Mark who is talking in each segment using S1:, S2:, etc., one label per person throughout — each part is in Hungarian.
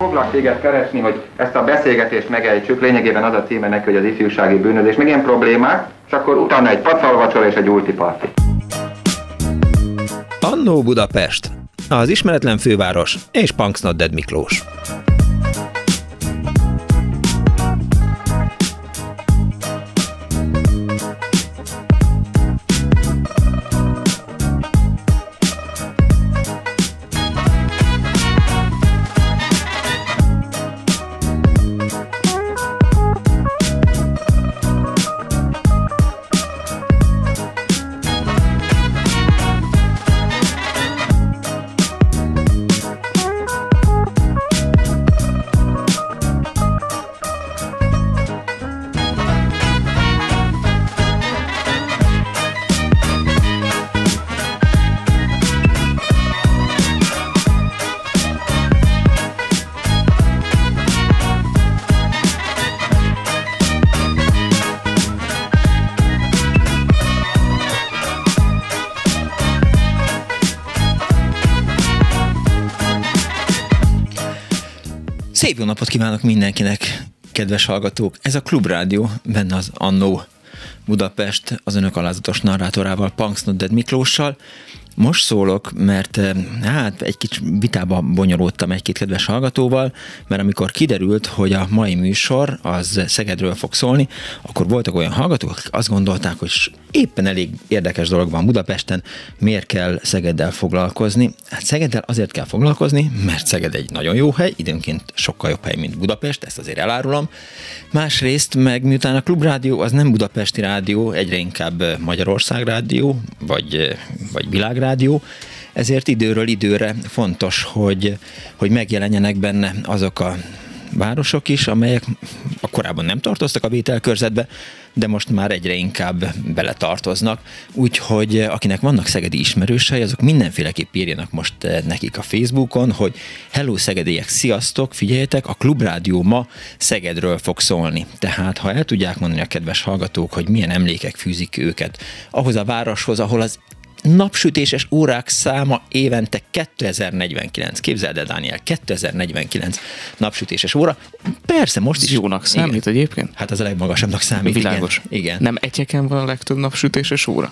S1: Foglak téged keresni, hogy ezt a beszélgetést megejtsük, lényegében az a címe neki, hogy az ifjúsági bűnözés, meg ilyen problémák, és akkor utána egy pacalvacsora és egy ultiparti.
S2: Annó Budapest, az ismeretlen főváros és Punks Not Dead Miklós. Szép jó napot kívánok mindenkinek, kedves hallgatók! Ez a Klubrádió, benne az Annó Budapest, az önök alázatos narrátorával, Punks Not Dead Miklóssal. Most szólok, mert egy kicsit vitába bonyolódtam egy-két kedves hallgatóval, mert amikor kiderült, hogy a mai műsor az Szegedről fog szólni, akkor voltak olyan hallgatók, akik azt gondolták, hogy éppen elég érdekes dolog van Budapesten, miért kell Szegeddel foglalkozni? Hát Szegeddel azért kell foglalkozni, mert Szeged egy nagyon jó hely, időnként sokkal jobb hely, mint Budapest, ezt azért elárulom. Másrészt meg miután a Klubrádió az nem budapesti rádió, egyre inkább Magyarország rádió, vagy világrádió, ezért időről időre fontos, hogy megjelenjenek benne azok a városok is, amelyek korábban nem tartoztak a vételkörzetbe, de most már egyre inkább beletartoznak. Úgyhogy akinek vannak szegedi ismerősei, azok mindenféleképp írjanak most nekik a Facebookon, hogy hello szegediek, sziasztok, figyeljetek, a Klubrádió ma Szegedről fog szólni. Tehát ha el tudják mondani a kedves hallgatók, hogy milyen emlékek fűzik őket ahhoz a városhoz, ahol az napsütéses órák száma évente 2049. Képzeld el, Dániel, 2049 napsütéses óra. Persze, most is.
S3: Jónak számít egyébként?
S2: Hát az a legmagasabbnak számít.
S3: Világos.
S2: Igen.
S3: Nem egyeken van a legtöbb napsütéses óra?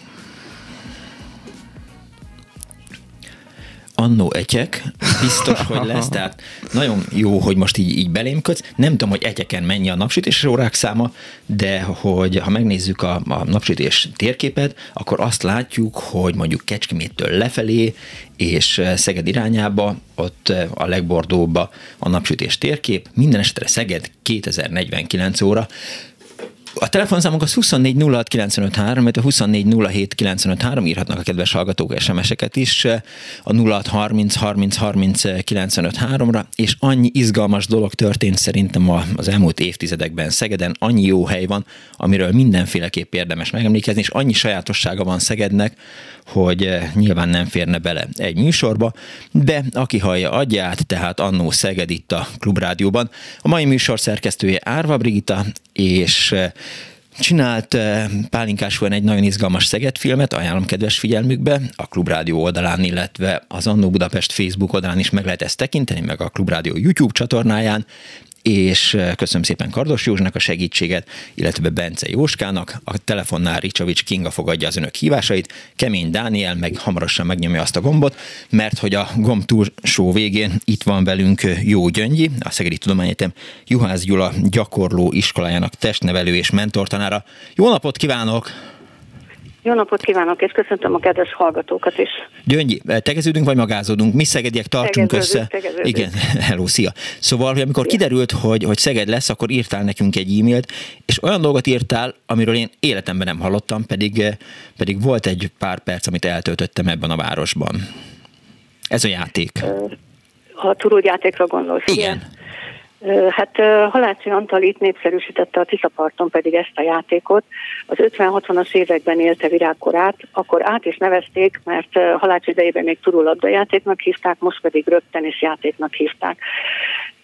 S2: Annó egyek, biztos, hogy lesz, tehát nagyon jó, hogy most így belémködsz. Nem tudom, hogy egyeken mennyi a napsütéses órák száma, de hogy ha megnézzük a napsütés térképet, akkor azt látjuk, hogy mondjuk Kecskeméttől lefelé és Szeged irányába, ott a legbordóbb a napsütés térkép. Minden esetre Szeged 2049 óra. A telefonszámunk az 24 06 95 3, mert a 24 07 95 3, írhatnak a kedves hallgatók SMS-eket is a 06 30 30 30 95 3-ra, és annyi izgalmas dolog történt szerintem az elmúlt évtizedekben Szegeden, annyi jó hely van, amiről mindenféleképp érdemes megemlékezni, és annyi sajátossága van Szegednek, hogy nyilván nem férne bele egy műsorba, de aki hallja adját, tehát Annó Szeged itt a Klubrádióban. A mai műsor szerkesztője Árva Brigitta, és csinált pálinkásúan egy nagyon izgalmas Szeged filmet, ajánlom kedves figyelmükbe, a Klubrádió oldalán, illetve az Annó Budapest Facebook oldalán is meg lehet ezt tekinteni, meg a Klubrádió YouTube csatornáján, és köszönöm szépen Kardos Józsnak a segítséget, illetve Bence Jóskának. A telefonnál Ricsovics Kinga fogadja az önök hívásait, Kemény Dániel meg hamarosan megnyomja azt a gombot, mert hogy a gomb túlsó végén itt van velünk Jó Gyöngyi, a Szegedi Tudományegyetem Juhász Gyula gyakorló iskolájának testnevelő és mentortanára. Jó napot kívánok!
S4: Jó napot kívánok, és köszöntöm a kedves hallgatókat is.
S2: Gyöngyi, tegeződünk vagy magázódunk? Mi szegediek tartsunk össze? Igen, hello, szia. Szóval, hogy amikor kiderült, hogy Szeged lesz, akkor írtál nekünk egy e-mailt, és olyan dolgot írtál, amiről én életemben nem hallottam, pedig volt egy pár perc, amit eltöltöttem ebben a városban. Ez a játék.
S4: A turult játékra gondolsz?
S2: Igen.
S4: Hát Halácsi Antal itt népszerűsítette a Tiszaparton pedig ezt a játékot. Az 50-60-as években élte virágkorát, akkor át is nevezték, mert Halácsi idejében még turul labdajátéknak hívták, most pedig röptenis játéknak hívták.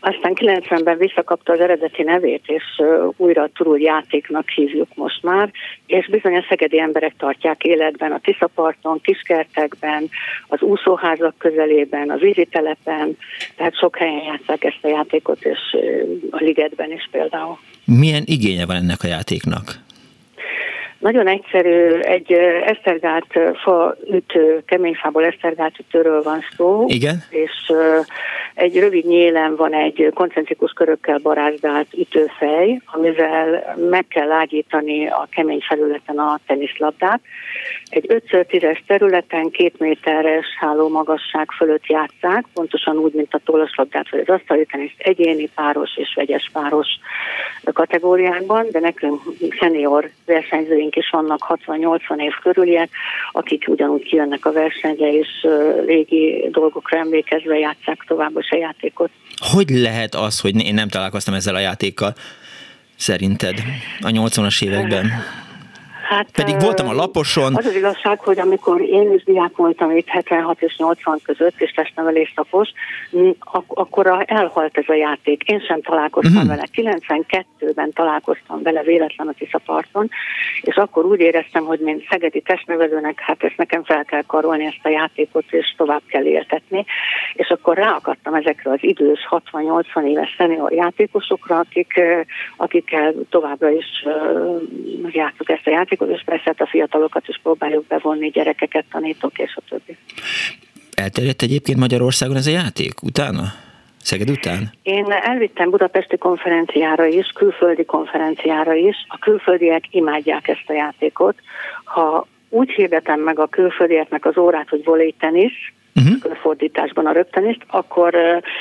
S4: Aztán 90-ben visszakapta az eredeti nevét, és újra Turul játéknak hívjuk most már, és bizony a szegedi emberek tartják életben a Tiszaparton, kiskertekben, az úszóházak közelében, a vízitelepen, tehát sok helyen játsszák ezt a játékot, és a ligetben is például.
S2: Milyen igénye van ennek a játéknak?
S4: Nagyon egyszerű, egy esztergált fa ütő, keményfából esztergált ütőről van szó.
S2: Igen.
S4: És egy rövid nyélen van egy koncentrikus körökkel barázdált ütőfej, amivel meg kell lágyítani a kemény felületen a teniszlabdát. Egy 5x10-es területen 2 méteres hálómagasság fölött játsszák, pontosan úgy, mint a tollaslabdát vagy az asztali teniszt, egyéni, páros és vegyes páros kategóriákban, de nekünk szenior versenyzőink is vannak 60-80 év körüliek, akik ugyanúgy kijönnek a versenyre, és régi dolgokra emlékezve játsszák tovább a játékot.
S2: Hogy lehet az, hogy én nem találkoztam ezzel a játékkal, szerinted, a 80-as években?
S4: Hát,
S2: pedig voltam a laposon.
S4: Az az igazság, hogy amikor én is diák voltam itt 76 és 80 között, és testnevelés szakos, akkor elhalt ez a játék. Én sem találkoztam vele. 92-ben találkoztam vele véletlen a Tiszaparton, és akkor úgy éreztem, hogy mint szegedi testnevelőnek, hát ezt nekem fel kell karolni ezt a játékot, és tovább kell éltetni. És akkor ráakadtam ezekre az idős 60-80 éves szenior játékosokra, akikkel továbbra is játszuk ezt a játékot, és persze a fiatalokat is próbáljuk bevonni, gyerekeket tanítok, és a többi.
S2: Elterjedt egyébként Magyarországon ez a játék utána? Szeged után?
S4: Én elvittem budapesti konferenciára is, külföldi konferenciára is. A külföldiek imádják ezt a játékot. Ha úgy hirdetem meg a külföldieknek az órát, hogy volley tenisz, fordításban a röpteniszt, akkor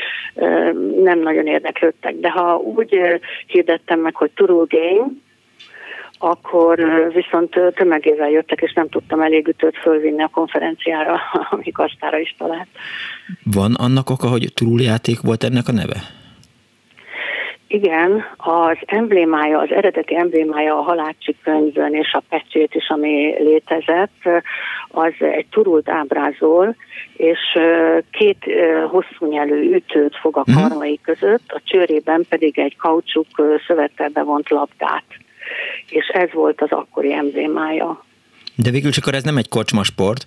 S4: nem nagyon érdeklődtek. De ha úgy hirdettem meg, hogy Turul game, akkor viszont tömegével jöttek, és nem tudtam elég ütőt fölvinni a konferenciára, amik asztára is talált.
S2: Van annak oka, hogy Turul játék volt ennek a neve?
S4: Igen, az emblémája, az eredeti emblémája a Halácsi könyvön és a pecsét is, ami létezett, az egy turult ábrázol, és 2 hosszú nyelű ütőt fog a karmai között, a csőrében pedig egy kaucsuk szövettel bevont labdát. És ez volt az akkori emblémája.
S2: De végül csak ez nem egy kocsmasport,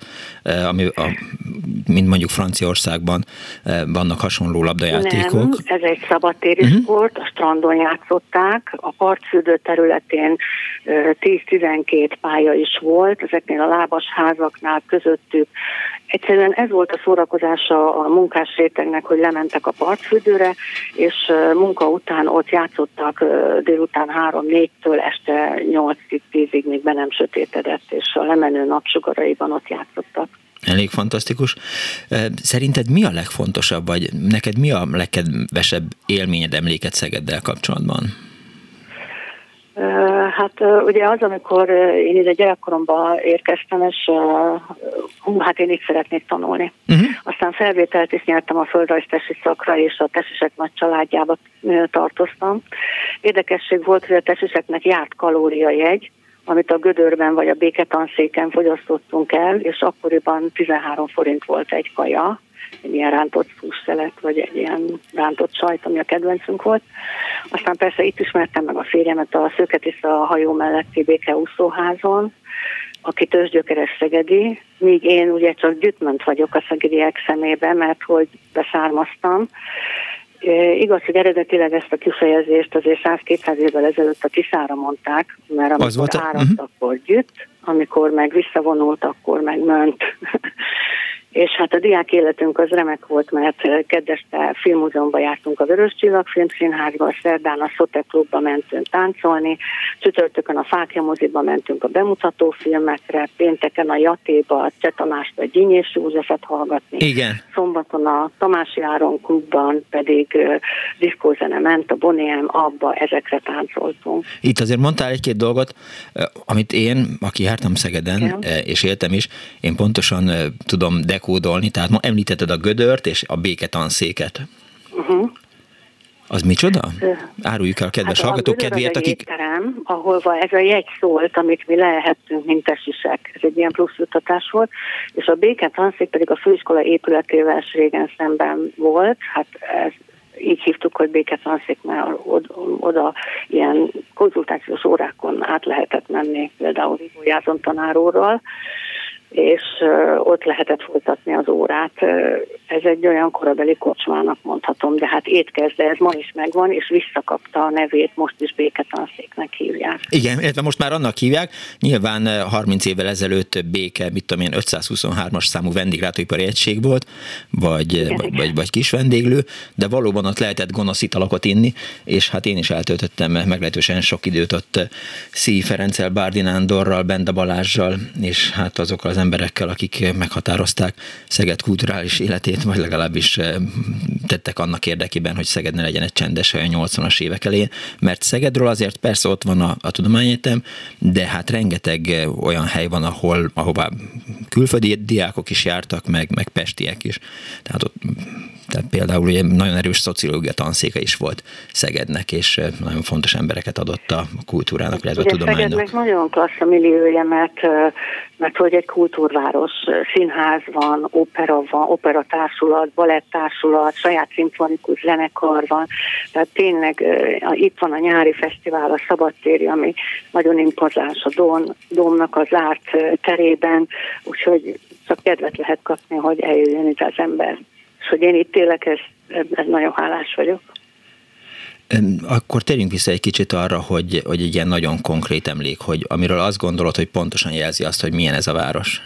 S2: mint mondjuk Franciaországban vannak hasonló labdajátékok.
S4: Nem, ez egy szabadtéri sport, a strandon játszották, a partfürdő területén 10-12 pálya is volt, ezeknél a lábas házaknál közöttük. Egyszerűen ez volt a szórakozása a munkás rétegnek, hogy lementek a partfürdőre, és munka után ott játszottak délután 3-4-től este 8-10-ig, még be nem sötétedett, és a lemenő napsugaraiban ott játszottak.
S2: Elég fantasztikus. Szerinted mi a legfontosabb, vagy neked mi a legkedvesebb élményed, emléked Szegeddel kapcsolatban?
S4: Hát ugye az, amikor én ide gyerekkoromban érkeztem, és hát én itt szeretnék tanulni. Aztán felvételt is nyertem a földrajztesi szakra, és a tesisek nagy családjába tartoztam. Érdekesség volt, hogy a tesiseknek járt kalóriajegy, amit a gödörben vagy a béketanszéken fogyasztottunk el, és akkoriban 13 forint volt egy kaja, egy ilyen rántott fússzelet, vagy egy ilyen rántott sajt, ami a kedvencünk volt. Aztán persze itt ismertem meg a férjemet a Szőketisza hajó melletti békeúszóházon, aki tőzsgyökeres szegedi, míg én ugye csak gyütmönt vagyok a szegediek szemében, mert hogy beszármaztam. Igaz, hogy eredetileg ezt a kifejezést azért 100-200 évvel ezelőtt a Tiszára mondták, mert amikor áradt, akkor gyütt, amikor meg visszavonult, akkor meg mönt. És hát a diák életünk az remek volt, mert keddeste filmmúzeumban jártunk a Vörös Csillag Filmszínházba, szerdán a Szote klubba mentünk táncolni, csütörtökön a Fákja moziba mentünk a bemutató filmekre, pénteken a Jatéba, a Cseh Tamást, a Gyínyés Józsefet hallgatni.
S2: Igen.
S4: Szombaton a Tamási Áron klubban pedig diszkózene ment, a Boniem, abba ezekre táncoltunk.
S2: Itt azért mondtál egy-két dolgot, amit én, aki jártam Szegeden, és éltem is, én pontosan tudom dekódolni, tehát ma említetted a gödört és a béketanszéket. Az micsoda? Áruljuk el a kedves hallgatók kedvéért, akik...
S4: Étterem, ahol ez a jegy szólt, amit mi lehettünk, mint tesisek. Ez egy ilyen plusz juttatás volt, és a béketanszék pedig a főiskola épületével régen szemben volt, hát ez így hívtuk, hogy béketanszék, mert oda ilyen konzultációs órákon át lehetett menni, például Rigó Jázon tanár úrral, és ott lehetett folytatni az órát. Ez egy olyan korabeli kocsmának mondhatom, de hát étkezde, ez ma is megvan, és visszakapta a nevét, most is béketanszéknek hívják.
S2: Igen, illetve most már annak hívják, nyilván 30 évvel ezelőtt Béke, 523-as számú vendéglátóipari egység volt, vagy kis vendéglő, de valóban ott lehetett gonosz italakot inni, és hát én is eltöltöttem meglehetősen sok időt ott Szíj Ferenccel, Bárdi Nándorral, Benda Balázssal, és hát azokkal az emberekkel, akik meghatározták Szeged kulturális életét, vagy legalábbis tettek annak érdekében, hogy Szeged ne legyen egy csendes hely a 80-as évek elején, mert Szegedről azért persze ott van a tudományegyetem, de hát rengeteg olyan hely van, ahová külföldi diákok is jártak, meg pestiek is. Tehát például ugye nagyon erős szociológia tanszéka is volt Szegednek, és nagyon fontos embereket adott a kultúrának, illetve a tudománynak.
S4: Szegednek nagyon klassz a milliója, mert hogy egy kultúrváros, színház van, opera van, operatársulat, balettársulat, saját szimfonikus zenekar van, tehát tényleg itt van a nyári fesztivál, a szabadtéri, ami nagyon impozáns a Dómnak az zárt terében, úgyhogy csak kedvet lehet kapni, hogy eljöjjön itt az ember. És hogy én itt élek, ez nagyon hálás vagyok.
S2: Akkor térjünk vissza egy kicsit arra, hogy egy ilyen nagyon konkrét emlék, hogy amiről azt gondolod, hogy pontosan jelzi azt, hogy milyen ez a város.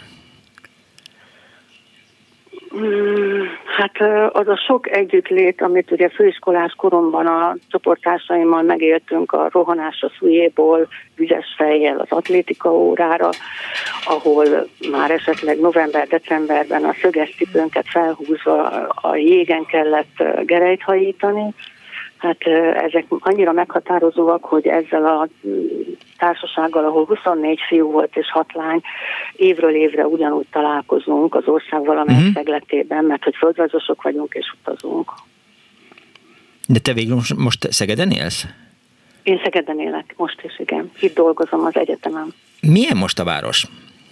S4: Hát az a sok együttlét, amit ugye főiskolás koromban a csoporttársaimmal megéltünk a rohanásra Szujéból, vizes fejjel az atlétika órára, ahol már esetleg november-decemberben a szöges cipőnket felhúzva a jégen kellett gerelyt hajítani. Hát ezek annyira meghatározóak, hogy ezzel a társasággal, ahol 24 fiú volt és 6 lány, évről évre ugyanúgy találkozunk az ország valamelyik szegletében, mert hogy földrajzosok vagyunk és utazunk.
S2: De te végül most Szegeden élsz?
S4: Én Szegeden élek, most is, igen. Itt dolgozom az egyetemen.
S2: Milyen most a város?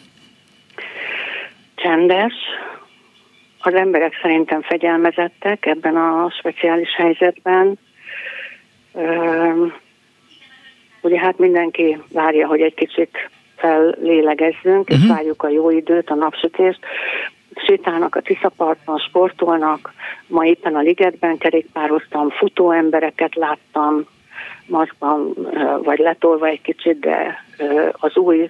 S4: Csendes. Az emberek szerintem fegyelmezettek ebben a speciális helyzetben. Ugye hát mindenki várja, hogy egy kicsit fellélegezzünk, és várjuk a jó időt, a napsütést. Sétálnak a Tiszaparton, sportolnak. Ma éppen a Ligetben kerékpároztam, futó embereket láttam, maszkban vagy letolva egy kicsit, de az új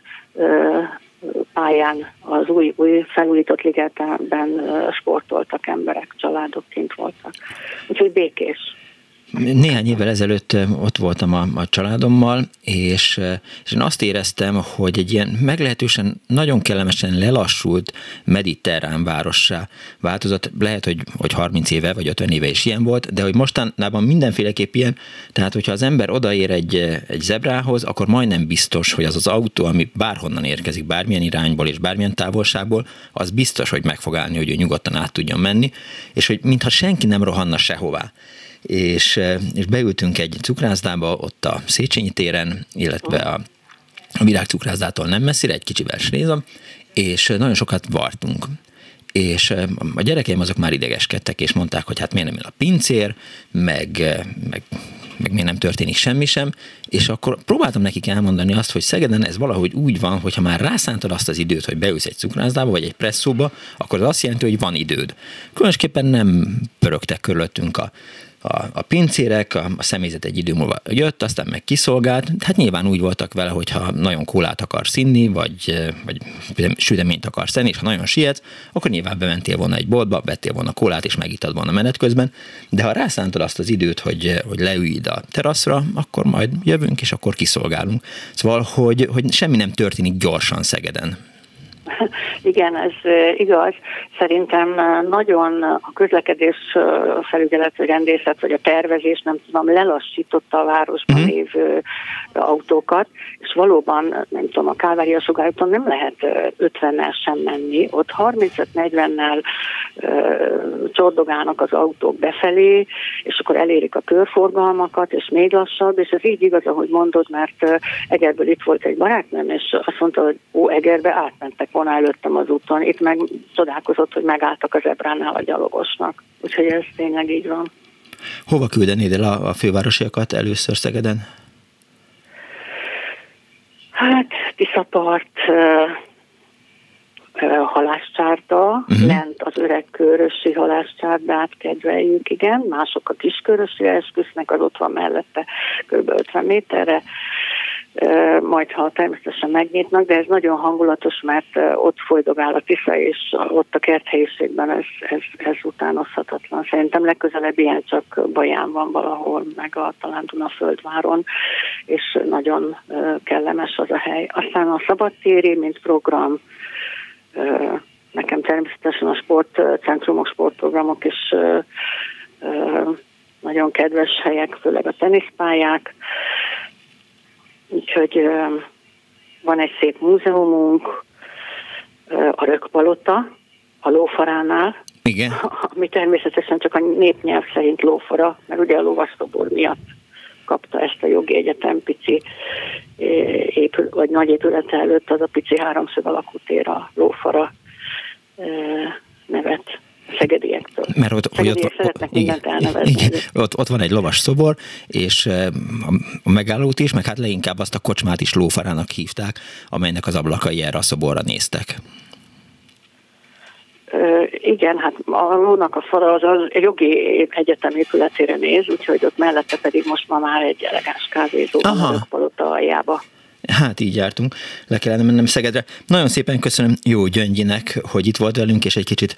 S4: pályán, az új felújított ligetben sportoltak emberek, családok kint voltak. Úgyhogy békés.
S2: Néhány évvel ezelőtt ott voltam a családommal, és én azt éreztem, hogy egy ilyen meglehetősen nagyon kellemesen lelassult mediterrán várossá változott. Lehet, hogy 30 éve vagy 50 éve is ilyen volt, de hogy mostanában mindenféleképp ilyen, tehát hogyha az ember odaér egy zebrához, akkor majdnem biztos, hogy az az autó, ami bárhonnan érkezik, bármilyen irányból és bármilyen távolságból, az biztos, hogy meg fog állni, hogy ő nyugodtan át tudjon menni, és hogy mintha senki nem rohanna sehová. És beültünk egy cukrászdába ott a Széchenyi téren, illetve a Virágcukrászdától nem messzire, egy kicsivel srézom, és nagyon sokat vartunk. És a gyerekeim azok már idegeskedtek, és mondták, hogy hát miért nem jön a pincér, meg miért nem történik semmi sem, és akkor próbáltam nekik elmondani azt, hogy Szegeden ez valahogy úgy van, hogy ha már rászántad azt az időt, hogy beülsz egy cukrászdába, vagy egy presszóba, akkor az azt jelenti, hogy van időd. Különösképpen nem pörögtek körülöttünk a pincérek, a személyzet egy idő múlva jött, aztán meg kiszolgált. Hát nyilván úgy voltak vele, hogy ha nagyon kólát akarsz inni, vagy süteményt akarsz enni, és ha nagyon sietsz, akkor nyilván bementél volna egy boltba, vettél volna kólát, és megittad volna menet közben. De ha rászántad azt az időt, hogy leülj ide a teraszra, akkor majd jövünk, és akkor kiszolgálunk. Szóval, hogy semmi nem történik gyorsan Szegeden.
S4: Igen, ez igaz. Szerintem nagyon a közlekedés felügyelet, vagy rendészet, vagy a tervezés, nem tudom, lelassította a városban lévő autókat, és valóban, nem tudom, a Kálvária Sugárúton nem lehet 50-nel sem menni. Ott 35-40-nel csordogálnak az autók befelé, és akkor elérik a körforgalmakat, és még lassabb, és ez így igaz, ahogy mondod, mert Egerből itt volt egy barátnőm, és azt mondta, hogy Egerbe átmentek volna előttem az úton. Itt meg csodálkozott, hogy megálltak az zebránál a gyalogosnak. Úgyhogy ez tényleg így van.
S2: Hova küldenéd el a fővárosiakat először Szegeden?
S4: Hát Tiszapart, halászcsárda, lent az Öregkőrösi halászcsárdát kedveljük, igen, mások a Kiskörösre esküsznek, az ott van mellette kb. 50 méterre, majd ha természetesen megnyitnak, de ez nagyon hangulatos, mert ott folydogál a Tisza, és ott a kerthelyiségben ez utánozhatatlan. Szerintem legközelebb ilyen csak Baján van valahol, meg talán Dunaföldváron, és nagyon kellemes az a hely. Aztán a szabadtéri, mint program, nekem természetesen a sportcentrumok, sportprogramok is nagyon kedves helyek, főleg a teniszpályák. Úgyhogy van egy szép múzeumunk, a Rökkpalota, a Lófaránál,
S2: igen.
S4: Ami természetesen csak a népnyelv szerint lófara, mert ugye a lovasszobor miatt kapta ezt a jogi egyetem pici vagy nagy épülete előtt az a pici háromszög alakú tér, a Lófara nevet szegediektől.
S2: Mert ott
S4: szeretnek mindent elnevezni.
S2: Igen, ott van egy lovas szobor, és a megállót is, meg hát leginkább azt a kocsmát is Lófarának hívták, amelynek az ablakai erre a szoborra néztek.
S4: Igen, hát a lónak a fara az jogi egyetem épületére néz, úgyhogy ott mellette pedig most már egy elegáns kávézó van a Rökkpalota aljába.
S2: Hát így jártunk, le kellene mennem Szegedre. Nagyon szépen köszönöm Jó Gyöngyinek, hogy itt volt velünk, és egy kicsit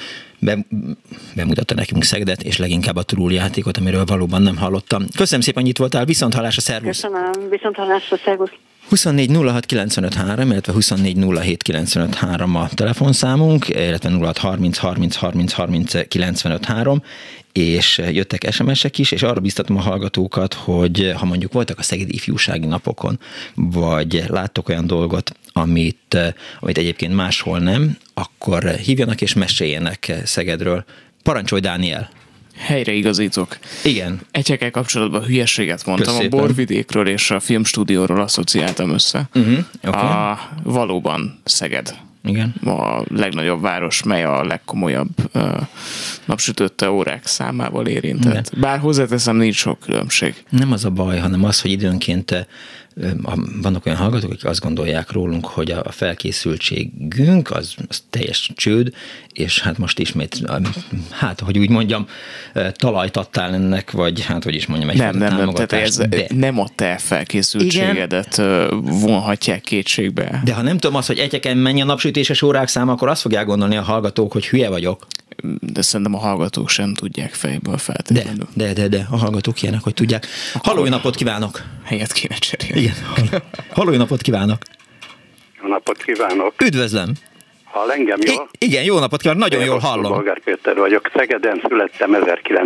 S2: bemutatta nekünk Szegedet, és leginkább a túljátékot, amiről valóban nem hallottam. Köszönöm szépen, hogy itt voltál, viszonthallásra, szervusz!
S4: Köszönöm, viszonthallásra, szervusz!
S2: 24 06 95 3, illetve 24 07 95 3 a telefonszámunk, illetve 06 30 30 30 30 95 3, és jöttek SMS-ek is, és arra biztatom a hallgatókat, hogy ha mondjuk voltak a Szegedi Ifjúsági Napokon, vagy láttok olyan dolgot, amit egyébként máshol nem, akkor hívjanak és meséljenek Szegedről. Parancsolj, Dániel!
S3: Helyreigazítok.
S2: Igen.
S3: Egyekkel kapcsolatban hülyeséget mondtam, a Borvidékről és a filmstúdióról asszociáltam össze.
S2: Okay.
S3: Valóban Szeged.
S2: Igen.
S3: A legnagyobb város, mely a legkomolyabb napsütötte órák számával érintett. Igen. Bár hozzáteszem, nincs sok különbség.
S2: Nem az a baj, hanem az, hogy időnként vannak olyan hallgatók, akik azt gondolják rólunk, hogy a felkészültségünk az teljes csőd, és hát most ismét, hát, hogy úgy mondjam, talajt adtál ennek, vagy hát, hogy is mondjam, egy támogatást.
S3: Nem a te felkészültségedet vonhatják kétségbe.
S2: De ha nem tudom azt, hogy egyeken mennyi a napsütéses órák száma, akkor azt fogják gondolni a hallgatók, hogy hülye vagyok.
S3: De szerintem a hallgatók sem tudják fejből feltétlenül.
S2: De a hallgatók ilyenek, hogy tudják. Halló, napot kívánok!
S3: Helyet kéne cserélni.
S2: Igen. Halló, napot kívánok!
S5: Jó napot kívánok!
S2: Üdvözlöm!
S5: Hall engem jól?
S2: Igen, jó napot kívánok, nagyon jól hallom.
S5: Bolgár Péter vagyok. Szegeden születtem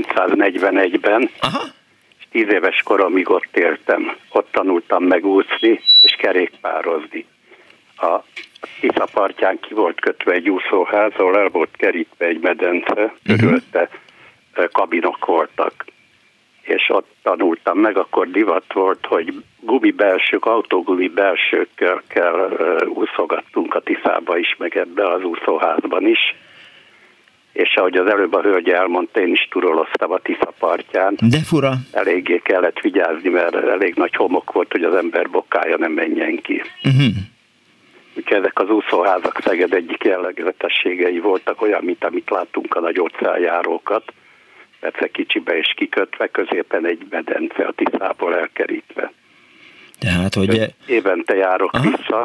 S5: 1941-ben.
S2: Aha.
S5: És 10 éves koromig ott éltem. Ott tanultam megúszni és kerékpározni. A Tisza partján ki volt kötve egy úszóház, ahol el volt kerítve egy medence, körülte kabinok voltak. És ott tanultam meg, akkor divat volt, hogy autógumi belsőkkel úszogattunk a Tiszába is, meg ebbe az úszóházban is. És ahogy az előbb a hölgy elmondta, én is turoloztam a Tisza partján.
S2: De fura.
S5: Eléggé kellett vigyázni, mert elég nagy homok volt, hogy az ember bokája nem menjen ki. Úgyhogy ezek az úszóházak Szeged egyik jellegzetességei voltak, olyan, mint amit látunk a nagy óceánjárókat. Persze kicsibe és kikötve, középen egy medence a Tiszából elkerítve.
S2: Tehát, hogy...
S5: Évente járok vissza.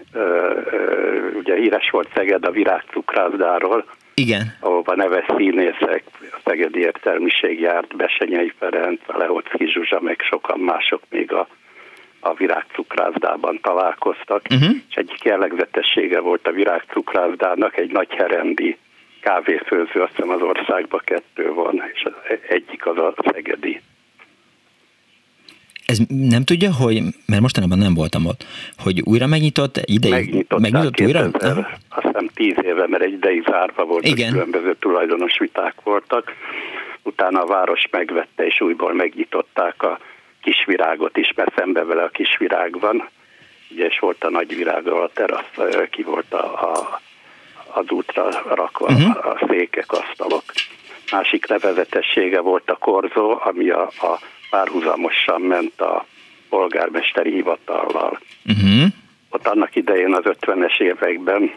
S5: Ugye híres volt Szeged a virágcukrászdáról.
S2: Igen.
S5: Ahova neves színészek, a szegedi értelmiség járt, Bessenyei Ferenc, Lehoczky Zsuzsa, meg sokan mások még a virágcukrászdában találkoztak. És egyik jellegzetessége volt a virágcukrászdának egy nagy herendi kávéfőző, azt hiszem az országban 2 van, és egyik az a szegedi.
S2: Ez nem tudja, hogy, mert mostanában nem voltam ott, hogy újra megnyitott ideig? Megnyitott újra?
S5: Azt hiszem 10 éve, mert egy ideig zárva volt, hogy különböző tulajdonos viták voltak. Utána a város megvette, és újból megnyitották a Kisvirágot is, mert szembe vele a Kisvirág van. Ugye, és volt a nagy virág, a terasz, ki volt az útra rakva a székek, asztalok. másik nevezetessége volt a korzó, ami a párhuzamosan ment a polgármesteri hivatallal. Ott annak idején az 50-es években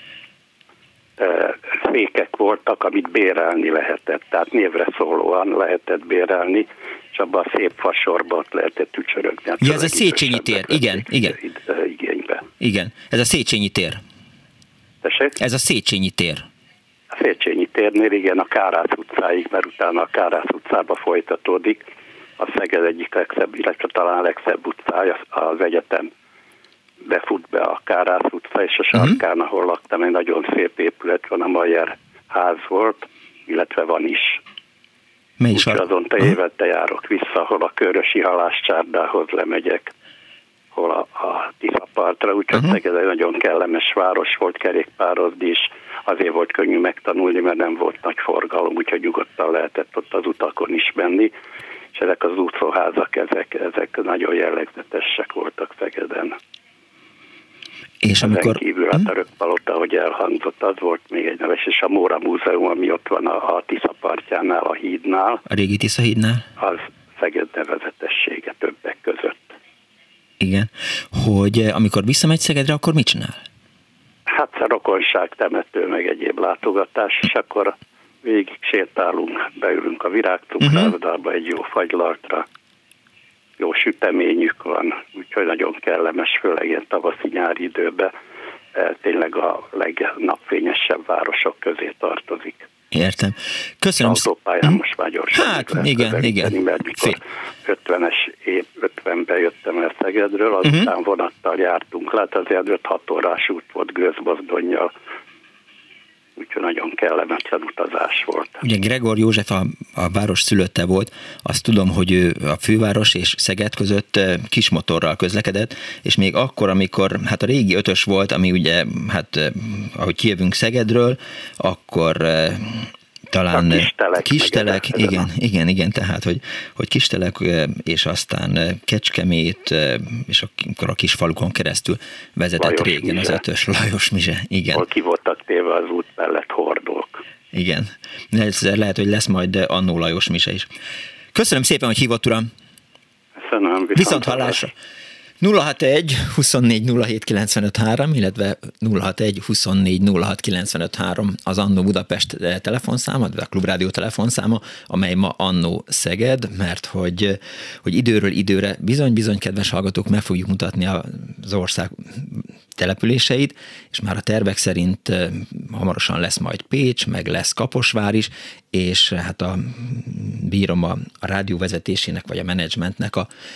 S5: fékek voltak, amit bérelni lehetett, tehát névre szólóan lehetett bérelni, és abban a szép fasorban ott lehetett ücsörögni.
S2: Ja, ez a Széchenyi tér, igen.
S5: Igénybe.
S2: Igen, ez a Széchenyi tér.
S5: Tessék?
S2: Ez a Széchenyi tér.
S5: A Széchenyi térnél, igen, a Kárász utcáig, mert utána a Kárász utcába folytatódik. A Szeged egyik legszebb, illetve talán legszebb utcája, az egyetem befut be a Kárász utca, és a sarkán, ahol laktam, egy nagyon szép épület van, a Mayer ház volt, illetve van is. Úgyhogy azon évente járok vissza, ahol a Körösi halászcsárdához lemegyek, hol a Tiszapartra, úgyhogy Szeged egy nagyon kellemes város volt, kerékpározni is, azért volt könnyű megtanulni, mert nem volt nagy forgalom, úgyhogy nyugodtan lehetett ott az utakon is menni, és ezek az úszóházak, ezek nagyon jellegzetesek voltak Szegeden.
S2: És amikor...
S5: Ezen kívül a Törökpalota, ahogy elhangzott, az volt még egy neves, és a Móra Múzeum, ami ott van a Tisza partjánál, a hídnál.
S2: A régi Tisza hídnál?
S5: Az Szeged nevezetessége többek között.
S2: Igen. Hogy amikor visszamegy Szegedre, akkor mit csinál?
S5: Hát a rokonság, temető, meg egyéb látogatás, és akkor végig sétálunk, beülünk a virágcukrászdába egy jó fagylaltra, jó süteményük van, úgyhogy nagyon kellemes, főleg ilyen tavaszi-nyári időben tényleg a legnapfényesebb városok közé tartozik.
S2: Értem. Köszönöm.
S5: Autópályán most már gyorsan.
S2: Hát, igen.
S5: Mert mikor 50-ben jöttem el Szegedről, azután vonattal jártunk le, azért 5-6 órás út volt gőzmozdonnyal. Úgyhogy nagyon kellemetlen utazás volt.
S2: Ugye Gregor József a város szülötte volt, azt tudom, hogy ő a főváros és Szeged között kismotorral közlekedett, és még akkor, amikor hát a régi 5-ös volt, ami ugye, hát ahogy kijövünk Szegedről, akkor talán Kistelek, igen, tehát, hogy Kistelek, és aztán Kecskemét, és akkor a kis falukon keresztül vezetett Lajos régen Mizse. Az 5-ös Lajos Mizse, igen.
S5: Hol ki voltak téve az út mellett hordók.
S2: Igen, lehet, hogy lesz majd annó Lajos Mizse is. Köszönöm szépen, hogy hívott, uram.
S5: Köszönöm.
S2: Viszont hallásra. 061 24 07 95 3, illetve 061 24 06 95 3 az Annó Budapest telefonszáma, de a Klubrádió telefonszáma, amely ma Annó Szeged, mert hogy időről időre bizony, kedves hallgatók, meg fogjuk mutatni az ország településeit, és már a tervek szerint hamarosan lesz majd Pécs, meg lesz Kaposvár is, és hát bírom a rádió vezetésének, vagy a menedzsmentnek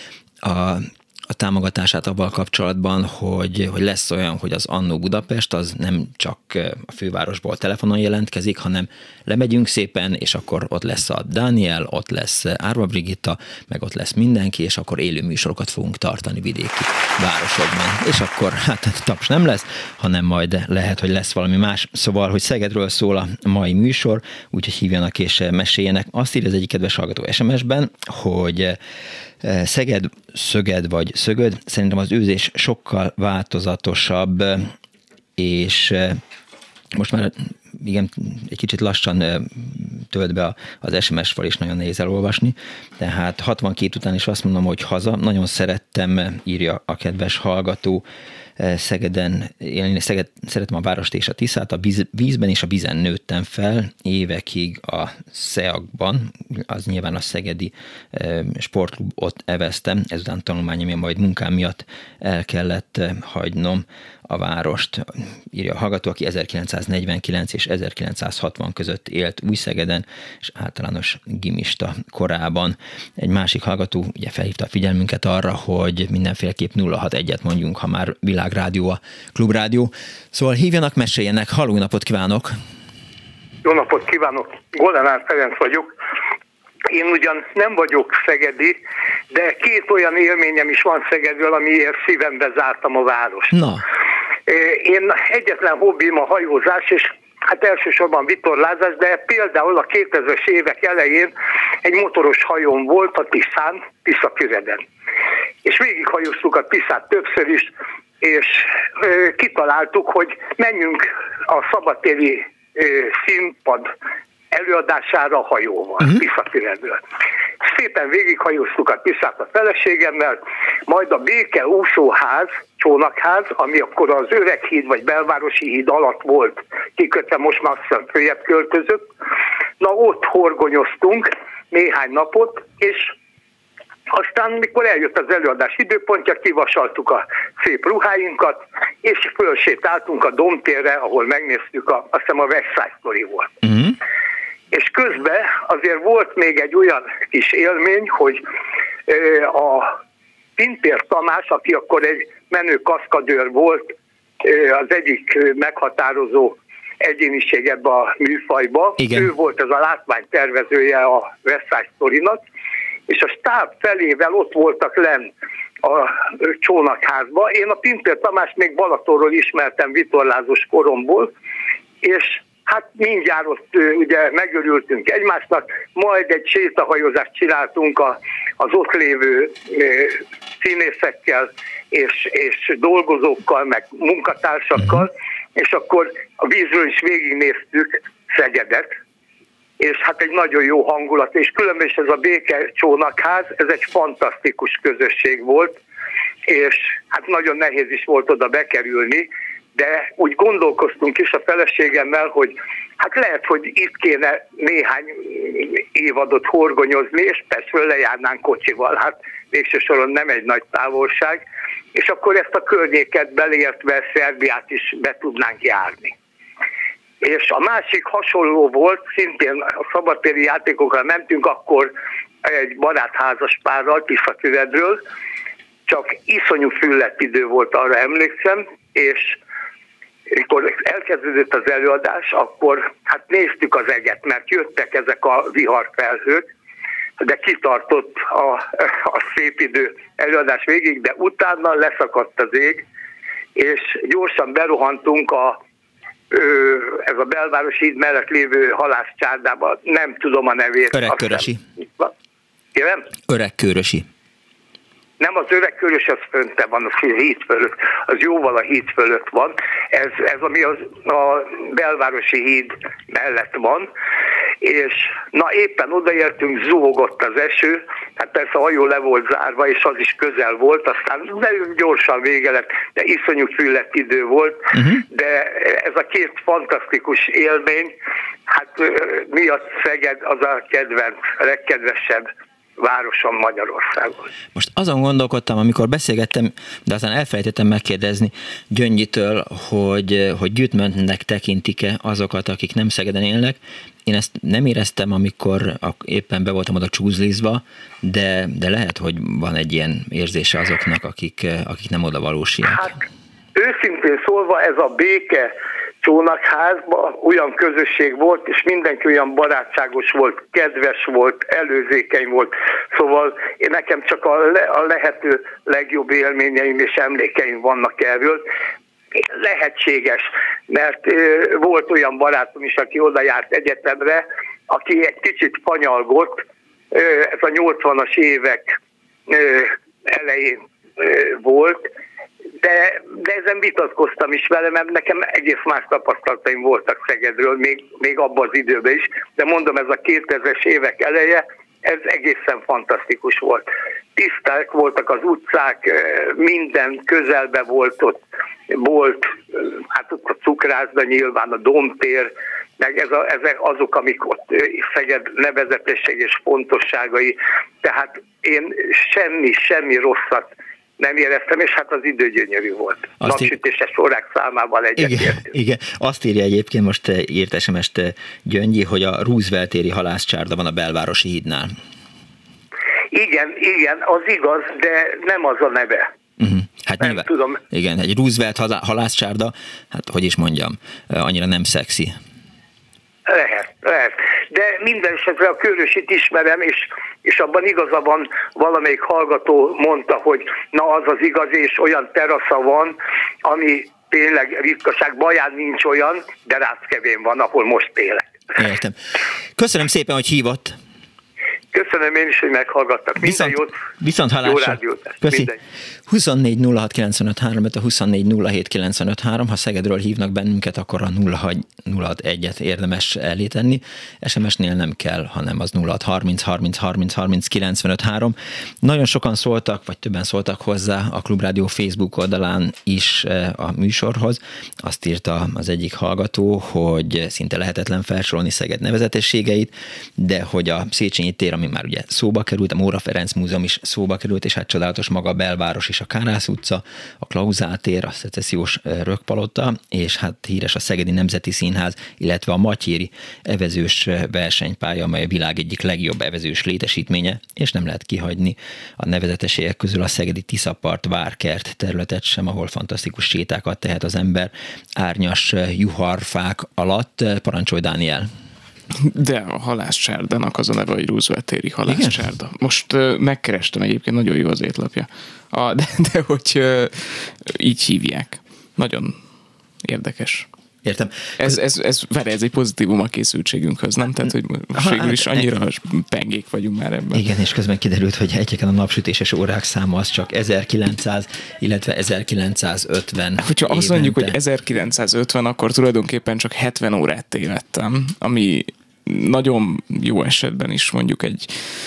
S2: a támogatását abban kapcsolatban, hogy lesz olyan, hogy az Annó Budapest az nem csak a fővárosból telefonon jelentkezik, hanem lemegyünk szépen, és akkor ott lesz a Dániel, ott lesz Árva Brigitta, meg ott lesz mindenki, és akkor élő műsorokat fogunk tartani vidéki városokban. És akkor hát taps nem lesz, hanem majd lehet, hogy lesz valami más. Szóval, hogy Szegedről szól a mai műsor, úgyhogy hívjanak és meséljenek. Azt írja az egyik kedves hallgató SMS-ben, hogy Szeged, Szöged vagy Szögöd, szerintem az őzés sokkal változatosabb, és most már igen, egy kicsit lassan tölt be az SMS fal, és nagyon nehéz elolvasni, tehát 62 után is azt mondom, hogy haza. Nagyon szerettem, írja a kedves hallgató, Szegeden, én szeretem a várost és a Tiszát, a vízben és a vízen nőttem fel, évekig a SZEAG-ban, az nyilván a szegedi sportklub, ott eveztem, ezután tanulmányomért majd munkám miatt el kellett hagynom a várost, írja a hallgató, aki 1949 és 1960 között élt Újszegeden, és általános gimista korában. Egy másik hallgató ugye felhívta a figyelmünket arra, hogy mindenféleképp 061-et mondjunk, ha már világrádió a Klubrádió. Szóval hívjanak, meséljenek. Halló, napot kívánok!
S6: Jó napot kívánok! Goldanár Ferenc vagyok. Én ugyan nem vagyok szegedi, de 2 olyan élményem is van Szegedről, amiért szívembe zártam a várost.
S2: Na.
S6: Én egyetlen hobbim a hajózás, és hát elsősorban vitorlázás, de például a 2000-es évek elején egy motoros hajón volt a Tiszán, Tiszaküreden. És végighajóztuk a Tiszát többször is, és kitaláltuk, hogy menjünk a szabadtéri színpad előadására a hajóval, Tiszafüredről. Szépen végighajóztuk a Tiszát a feleségemmel, majd a Béke úszóház, csónakház, ami akkor az Öreghíd vagy Belvárosi híd alatt volt kikötve, most már aztán följebb költözött. Na ott horgonyoztunk néhány napot, és aztán, mikor eljött az előadás időpontja, kivasaltuk a szép ruháinkat, és fölsétáltunk a Domtérre, ahol megnéztük, azt hiszem a West Side Story volt. És közben azért volt még egy olyan kis élmény, hogy a Pintér Tamás, aki akkor egy menő kaszkadőr volt, az egyik meghatározó egyéniség ebbe a műfajba. Igen. Ő volt ez a látványtervezője a West Side Story-nak, és a stáb felével ott voltak lenn a csónakházba. Én a Pintér Tamást még Balatonról ismertem vitorlázós koromból, és hát mindjárt ott ugye megörültünk egymásnak, majd egy sétahajózást csináltunk az ott lévő színészekkel és dolgozókkal, meg munkatársakkal, és akkor a vízről is végignéztük Szegedet, és hát egy nagyon jó hangulat, és különben is ez a Béke csónakház, ez egy fantasztikus közösség volt, és hát nagyon nehéz is volt oda bekerülni, de úgy gondolkoztunk is a feleségemmel, hogy hát lehet, hogy itt kéne néhány évadot horgonyozni, és persze lejárnánk kocsival, hát végső soron nem egy nagy távolság, és akkor ezt a környéket beleértve Szerbiát is be tudnánk járni. És a másik hasonló volt, szintén a szabadtéri játékokra mentünk, akkor egy barátházas párral, Tiszafüredről, csak iszonyú füllett idő volt, arra emlékszem, és amikor elkezdődött az előadás, akkor hát néztük az eget, mert jöttek ezek a viharfelhők, de kitartott a szép idő előadás végig, de utána leszakadt az ég, és gyorsan berohantunk ez a Belvárosi híd mellett lévő halászcsárdába, nem tudom a nevét.
S2: Öregkörösi.
S6: Kérem?
S2: Öregkörösi.
S6: Nem, az Öregkörös, az föntebb van, az híd fölött, az jóval a híd fölött van. Ez ami a Belvárosi híd mellett van, és na éppen odaértünk, zuhogott az eső, hát persze a hajó le volt zárva, és az is közel volt, aztán gyorsan vége lett, de iszonyú füllett idő volt, de ez a két fantasztikus élmény, hát miatt Szeged az a kedvenc, legkedvesebb városon Magyarországon.
S2: Most azon gondolkodtam, amikor beszélgettem, de aztán elfelejtettem megkérdezni Gyöngyitől, hogy gyűjtmentnek tekintik-e azokat, akik nem Szegeden élnek. Én ezt nem éreztem, amikor éppen be voltam oda csúzlizva, de lehet, hogy van egy ilyen érzése azoknak, akik nem oda valósiak.
S6: Hát őszintén szólva ez a Béke csónakházban olyan közösség volt, és mindenki olyan barátságos volt, kedves volt, előzékeny volt. Szóval nekem csak a lehető legjobb élményeim és emlékeim vannak erről. Lehetséges, mert volt olyan barátom is, aki oda járt egyetemre, aki egy kicsit fanyalgott, ez a 80-as évek elején volt, de ezen vitatkoztam is vele, mert nekem egész más tapasztalataim voltak Szegedről, még abban az időben is, de mondom, ez a 2000-es évek eleje, ez egészen fantasztikus volt. Tiszták voltak az utcák, minden közelben volt, hát ott a cukrászda nyilván, a Domtér, meg ezek azok, amik ott Szeged nevezetesség és fontosságai, tehát én semmi rosszat nem éreztem, és hát az idő gyönyörű volt. Napsütéses órák számával egyetértünk.
S2: Igen, azt írja egyébként, most írt SMS-t Gyöngyi, hogy a Roosevelt téri halászcsárda van a Belvárosi hídnál.
S6: Igen, az igaz, de nem az a neve.
S2: Hát nem nyilván, tudom. Igen, egy Roosevelt halászcsárda, hát hogy is mondjam, annyira nem szexi.
S6: Lehet. De minden esetre a Körösit ismerem, és abban igaza van, valamelyik hallgató mondta, hogy na az igazi, és olyan terasza van, ami tényleg ritkaság, Baján nincs olyan, de Ráckevén van, ahol most élek.
S2: Értem. Köszönöm szépen, hogy hívott.
S6: Köszönöm én is, hogy meghallgattak. Minden jót.
S2: Viszont hallásra. Köszi. 24 06 95 3, a 24 07 95 3. Ha Szegedről hívnak bennünket, akkor a 0601-et érdemes elé tenni. SMS-nél nem kell, hanem az 06 30 30 30 30 95 3. Nagyon sokan szóltak, vagy többen szóltak hozzá a Klubrádió Facebook oldalán is a műsorhoz. Azt írta az egyik hallgató, hogy szinte lehetetlen felsorolni Szeged nevezetességeit, de hogy a Széchenyi tér, ami már ugye szóba került, a Móra Ferenc Múzeum is szóba került, és hát csodálatos maga a belváros is, a Kárász utca, a Klauzál tér, a Szecessziós Rökkpalota, és hát híres a Szegedi Nemzeti Színház, illetve a Matyéri evezős versenypálya, amely a világ egyik legjobb evezős létesítménye, és nem lehet kihagyni a nevezetességek közül a szegedi Tiszapart várkert területet sem, ahol fantasztikus sétákat tehet az ember árnyas juharfák alatt. Parancsolj, Dániel!
S3: De a halászcsárdának az a neve, hogy Roosevelt téri halászcsárda. Most megkerestem egyébként, nagyon jó az étlapja. De hogy így hívják. Nagyon érdekes.
S2: Értem.
S3: Ez egy pozitívum a készültségünkhöz, nem? Tehát, hogy végül is annyira pengék vagyunk már ebben.
S2: Igen, és közben kiderült, hogy egyébként a napsütéses órák száma az csak 1900, illetve 1950.
S3: Hogyha azt mondjuk, hogy 1950, akkor tulajdonképpen csak 70 órát tévedtem, ami nagyon jó esetben is mondjuk egy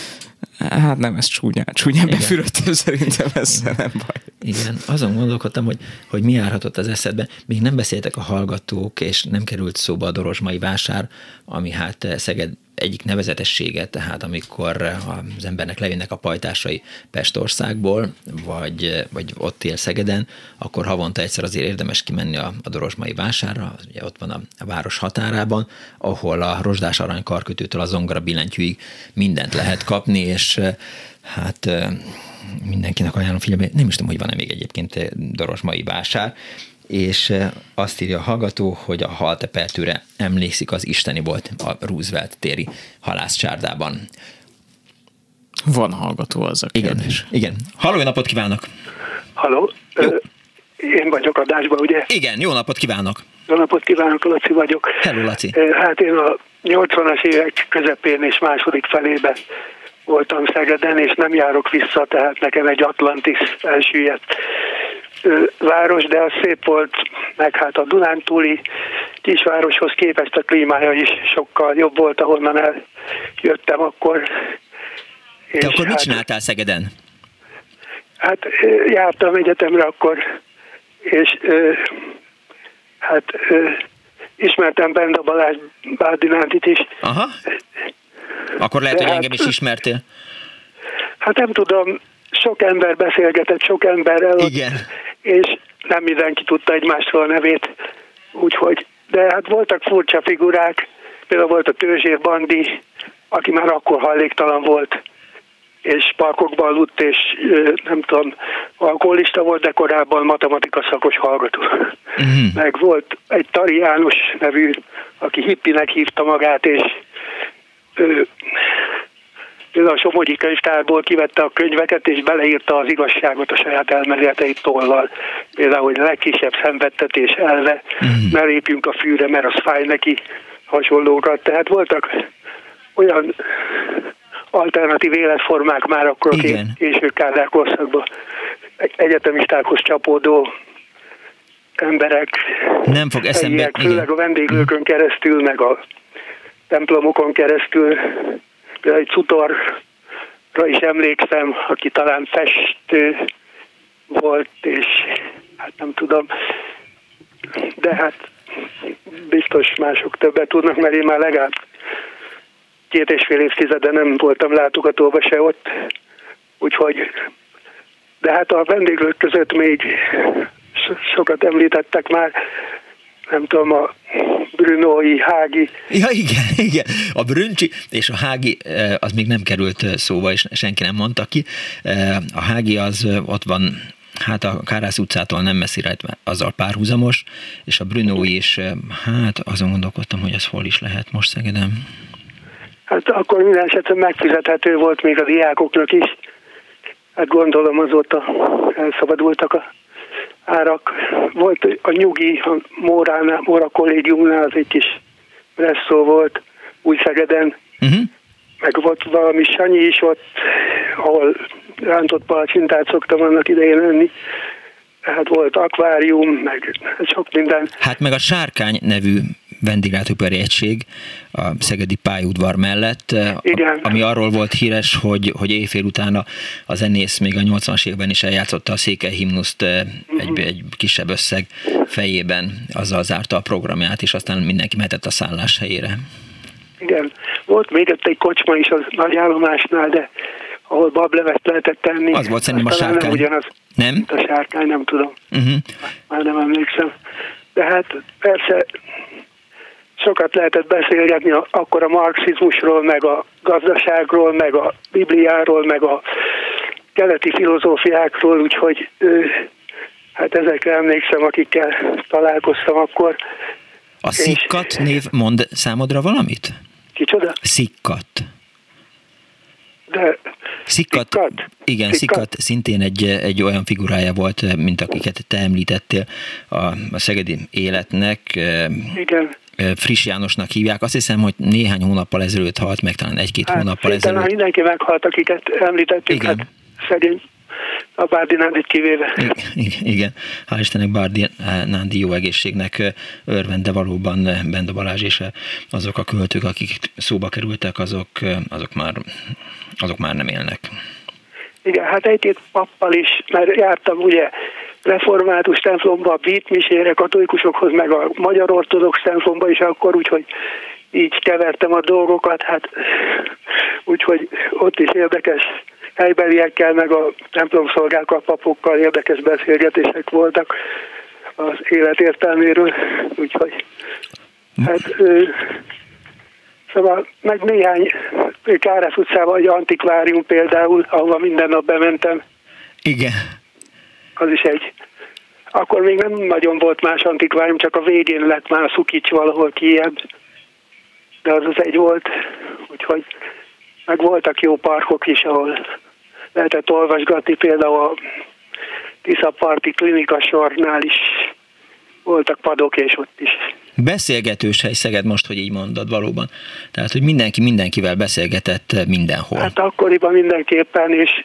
S3: hát nem, ez csúnyán befürödtem, szerintem ezzel nem baj.
S2: Igen, azon gondolkodtam, hogy mi járhatott az eszedbe. Még nem beszéltek a hallgatók, és nem került szóba a Dorozsmai vásár, ami hát Szeged egyik nevezetessége, tehát amikor az embernek lejönnek a pajtásai Pestországból, vagy ott él Szegeden, akkor havonta egyszer azért érdemes kimenni a Dorozsmai vásárra, az ugye ott van a város határában, ahol a rozsdás arany karkötőtől a zongora billentyűig mindent lehet kapni, és hát mindenkinek ajánlom figyelni, nem is tudom, hogy van-e még egyébként Dorozsmai vásár, és azt írja a hallgató, hogy a haltepertőre emlékszik az isteni volt a Roosevelt téri halászcsárdában.
S3: Van hallgató az a kérdés.
S2: Igen. Halló, jó napot kívánok!
S7: Halló, én vagyok adásban, ugye?
S2: Igen, jó napot kívánok!
S7: Jó napot kívánok, Laci vagyok.
S2: Hello, Laci!
S7: Hát én a 80-as évek közepén és második felében voltam Szegeden, és nem járok vissza, tehát nekem egy Atlantis elsüllyedt város, de az szép volt, meg hát a Dunántúli kisvároshoz képest a klímája is sokkal jobb volt, ahonnan eljöttem akkor.
S2: Te akkor mit csináltál Szegeden?
S7: Hát jártam egyetemre akkor, és ismertem Benda Balázs Bádinántit is.
S2: Aha. Akkor lehet, hogy engem is ismertél.
S7: Hát nem tudom, sok ember beszélgetett, sok emberrel.
S2: Igen.
S7: És nem mindenki tudta egymásról a nevét, úgyhogy, de hát voltak furcsa figurák, például volt a Tőzsér Bandi, aki már akkor hajléktalan volt, és parkokban aludt, és nem tudom, alkoholista volt, de korábban matematika szakos hallgató. Uh-huh. Meg volt egy Tari János nevű, aki hippinek hívta magát, és a Somogyi könyvtárból kivette a könyveket, és beleírta az igazságot a saját elméleteit tollal. Például, hogy a legkisebb szenvedtetés elve, ne lépjünk a fűre, mert az fáj neki, hasonlókat. Tehát voltak olyan alternatív életformák már akkor a késő Kádár korszakban. Egyetemistákhoz csapódó emberek,
S2: nem fog eszembe,
S7: főleg a vendéglőkön keresztül, meg a templomokon keresztül. Például egy Cutorra is emlékszem, aki talán festő volt, és hát nem tudom, de hát biztos mások többet tudnak, mert én már legalább 2,5 évtizede nem voltam látogatóba se ott, úgyhogy, de hát a vendéglők között még sokat említettek már, nem tudom, a Brunói, Hági.
S2: Ja, igen. A Brüncsi és a Hági az még nem került szóba, és senki nem mondta ki. A Hági az ott van, hát a Kárász utcától nem messzire, azzal párhuzamos, és a Brunói is, hát azon gondolkodtam, hogy ez hol is lehet most Szegeden.
S7: Hát akkor minden esetben megfizethető volt még a diákoknak is. Hát gondolom azóta elszabadultak a árak. Volt a Nyugi, a Móra kollégiumnál, az egy kis resszó volt Újszegeden, meg volt valami Sanyi is ott, ahol rántott palacsintát szoktam annak idején enni. Tehát volt akvárium, meg sok minden.
S2: Hát meg a Sárkány nevű vendéglátóipari egység a szegedi pályaudvar mellett, ami arról volt híres, hogy éjfél után a zenész még a 80-as években is eljátszotta a Székely himnuszt egy kisebb összeg fejében, azzal zárta a programját, és aztán mindenki mehetett a szállás helyére.
S7: Igen, volt még ott egy kocsma is az nagyállomásnál, de ahol bablevet lehetett tenni.
S2: Az volt szerintem a Sárkány.
S7: Nem ugyanaz,
S2: nem?
S7: A Sárkány, nem tudom. Már nem emlékszem. De hát persze sokat lehetett beszélgetni akkor a marxizmusról, meg a gazdaságról, meg a Bibliáról, meg a keleti filozófiákról, úgyhogy hát ezekre emlékszem, akikkel találkoztam akkor.
S2: A Szikkat név mond számodra valamit?
S7: Kicsoda?
S2: Szikkat.
S7: De
S2: Szikkat? Igen, Szikkat szintén egy olyan figurája volt, mint akiket te említettél a szegedi életnek.
S7: Igen.
S2: Friss Jánosnak hívják. Azt hiszem, hogy néhány hónappal ezelőtt halt meg, talán egy-két hónappal ezelőtt.
S7: Talán mindenki meghalt, akiket említettük, igen. Hát szegény a Bárdi Nándit kivéve.
S2: Igen, hál' Istennek Bárdi Nándi jó egészségnek örvend, de valóban Benda Balázs és azok a költők, akik szóba kerültek, azok már nem élnek.
S7: Igen, hát egy-két pappal is, mert jártam ugye református templomba, a beatmisére, katolikusokhoz, meg a magyar ortodox templomba is akkor, úgyhogy így kevertem a dolgokat, hát úgyhogy ott is érdekes helybeliekkel, meg a templomszolgákkal, papokkal érdekes beszélgetések voltak az élet értelméről, úgyhogy hát szóval meg néhány Kárász utcában egy antikvárium például, ahova minden nap bementem.
S2: Igen.
S7: Az is egy. Akkor még nem nagyon volt más antikvárium, csak a végén lett már a Szukics valahol kijebb. De az egy volt, úgyhogy meg voltak jó parkok is, ahol lehetett olvasgatni, például a Tiszaparti Klinika sornál is voltak padok, és ott is.
S2: Beszélgetős hely Szeged most, hogy így mondod, valóban. Tehát, hogy mindenki mindenkivel beszélgetett mindenhol.
S7: Hát akkoriban mindenképpen, és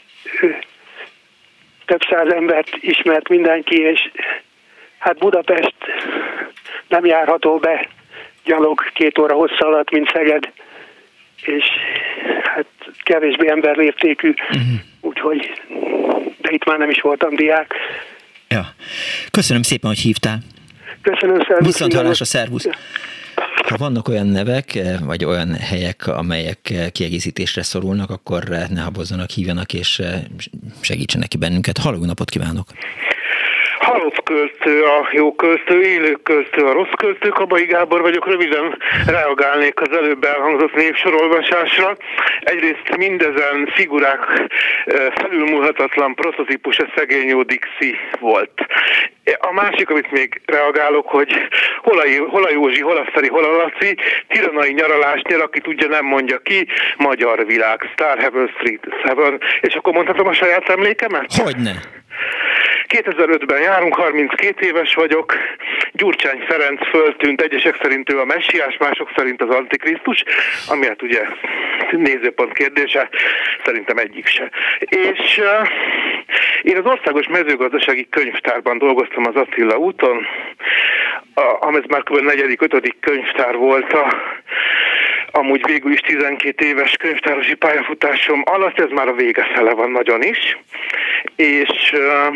S7: több száz embert ismert mindenki, és hát Budapest nem járható be gyalog 2 óra hossza alatt, mint Szeged, és hát kevésbé emberléptékű, úgyhogy, de itt már nem is voltam diák.
S2: Ja. Köszönöm szépen, hogy hívtál.
S7: Köszönöm, szervusz.
S2: Viszonthallásra, szervusz. Ha vannak olyan nevek, vagy olyan helyek, amelyek kiegészítésre szorulnak, akkor ne habozzanak, hívjanak, és segítsenek ki bennünket. Halló, napot kívánok!
S8: Halott költő, a jó költő, élő költő, a rossz költő, Kabai Gábor vagyok, röviden reagálnék az előbb elhangzott névsorolvasásra. Egyrészt mindezen figurák felülmúlhatatlan prototípusa szegény jó Dixi volt. A másik, amit még reagálok, hogy hol a Józsi, hol a Feri, hol a Laci, tiranai nyaralás nyer, aki tudja, nem mondja ki, magyar világ, Star Heaven Street 7, és akkor mondhatom a saját emlékemet?
S2: Hogyne!
S8: 2005-ben járunk, 32 éves vagyok, Gyurcsány Ferenc föltűnt, egyesek szerint ő a messiás, mások szerint az antikrisztus, ami hát ugye nézőpont kérdése, szerintem egyik se. És én az Országos Mezőgazdasági Könyvtárban dolgoztam az Attila úton, amely már kb. 4.-5. könyvtár volt amúgy végül is 12 éves könyvtárosi pályafutásom alatt, ez már a vége fele van nagyon is, és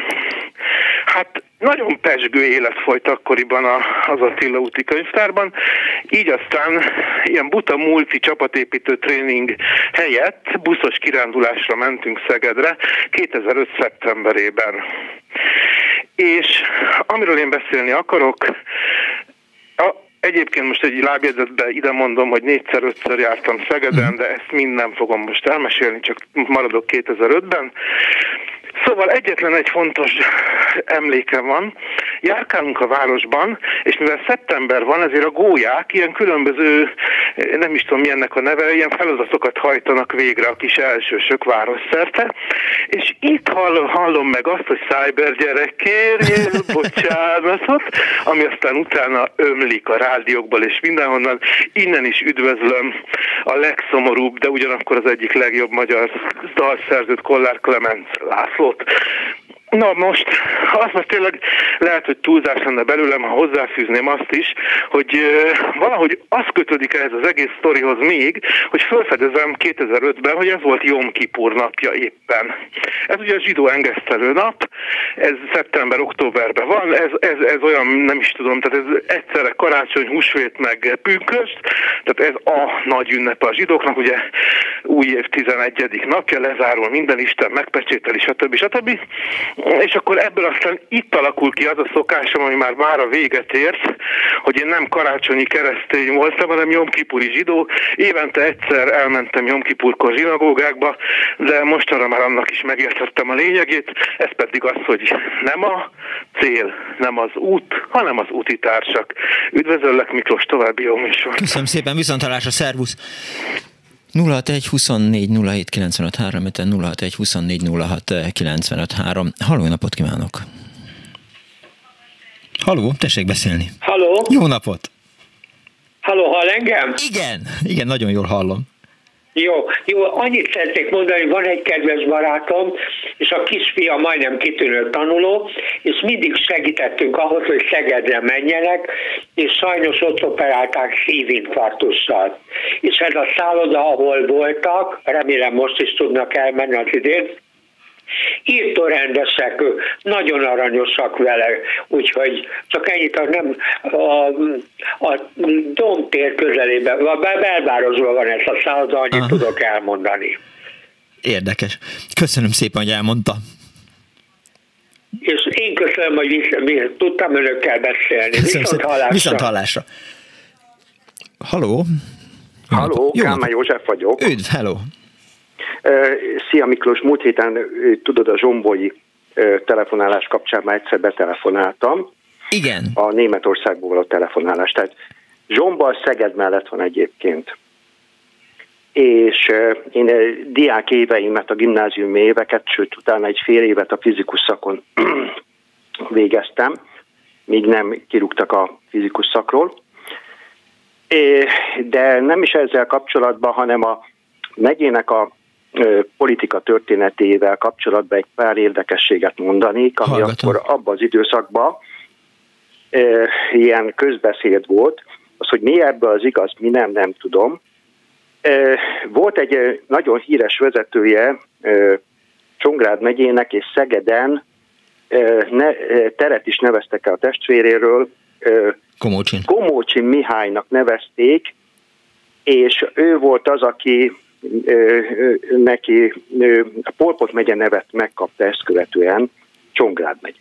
S8: hát nagyon pezsgő élet folyt akkoriban az Attila úti könyvtárban, így aztán ilyen buta multi csapatépítő tréning helyett buszos kirándulásra mentünk Szegedre 2005. szeptemberében. És amiről én beszélni akarok, egyébként most egy lábjegyzetben ide mondom, hogy 4-5-ször jártam Szegeden, de ezt mind nem fogom most elmesélni, csak maradok 2005-ben. Szóval egyetlen egy fontos emlékem van, járkálunk a városban, és mivel szeptember van, ezért a gólyák ilyen különböző nem is tudom mi ennek a neve, ilyen feladatokat hajtanak végre a kis elsősök városszerte, és itt hallom meg azt, hogy cybergyerek, kérjél bocsánatot, ami aztán utána ömlik a rádiókból és mindenhonnan. Innen is üdvözlöm a legszomorúbb, de ugyanakkor az egyik legjobb magyar dalszerzőt, Kollár Klemens Lászlót. Na most, az már tényleg lehet, hogy túlzás lenne belőlem, ha hozzáfűzném azt is, hogy valahogy az kötődik ehhez az egész sztorihoz még, hogy felfedezem 2005-ben, hogy ez volt Jom Kipur napja éppen. Ez ugye a zsidó engesztelő nap, ez szeptember-októberben van, ez olyan, nem is tudom, tehát ez egyszerre karácsony, húsvét meg pünkösd, tehát ez a nagy ünnepe a zsidóknak, ugye új év 11. napja, lezárul minden, Isten megpecsételi, stb. És akkor ebből aztán itt alakul ki az a szokásom, ami már mára véget ért, hogy én nem karácsonyi keresztény voltam, hanem Jom Kipuri zsidó. Évente egyszer elmentem Jom Kipurkor zsinagógákba, de mostanra már annak is megértettem a lényegét, ez pedig az, hogy nem a cél, nem az út, hanem az útitársak. Üdvözöllek, Miklós, további jó műsor.
S2: Köszönöm szépen, viszontlátásra, szervusz! 061 24 07 95 3, 061 24 06 95 3. Halló, jó napot kívánok! Halló, tessék beszélni.
S9: Halló!
S2: Jó napot!
S9: Halló, hall engem?
S2: Igen, nagyon jól hallom.
S9: Jó, annyit szeretnék mondani, van egy kedves barátom, és a kisfia majdnem kitűnő tanuló, és mindig segítettünk ahhoz, hogy Szegedre menjenek, és sajnos ott operálták szívinfarktussal. És ez a szálloda, ahol voltak, remélem most is tudnak elmenni az idén, írtó rendesek, nagyon aranyosak vele, úgyhogy csak ennyit, nem a Domtér közelében, a belvárosban van ez a szálloda, annyit tudok elmondani.
S2: Érdekes. Köszönöm szépen, hogy elmondta.
S9: És én köszönöm, hogy tudtam önökkel beszélni.
S2: Viszont hallásra. Halló?
S10: Halló, Kálmán József vagyok.
S2: Üdv, hello.
S10: Szia Miklós, múlt héten tudod, a zsombói telefonálás kapcsán már egyszer betelefonáltam.
S2: Igen.
S10: A Németországból való telefonálás. Tehát Zsomba Szeged mellett van egyébként. És én diák éveimet, a gimnáziumi éveket, sőt utána egy fél évet a fizikus szakon végeztem, míg nem kirúgtak a fizikus szakról. De nem is ezzel kapcsolatban, hanem a megyének a politika történetével kapcsolatban egy pár érdekességet mondanék, ami akkor abban az időszakban ilyen közbeszéd volt, az, hogy mi ebből az igaz, mi nem tudom. Volt egy nagyon híres vezetője Csongrád megyének, és Szegeden teret is neveztek el a testvéréről. Komócsin Mihálynak nevezték, és ő volt az, aki neki a Pol Pot megye nevet megkapta ezt követően Csongrád megye.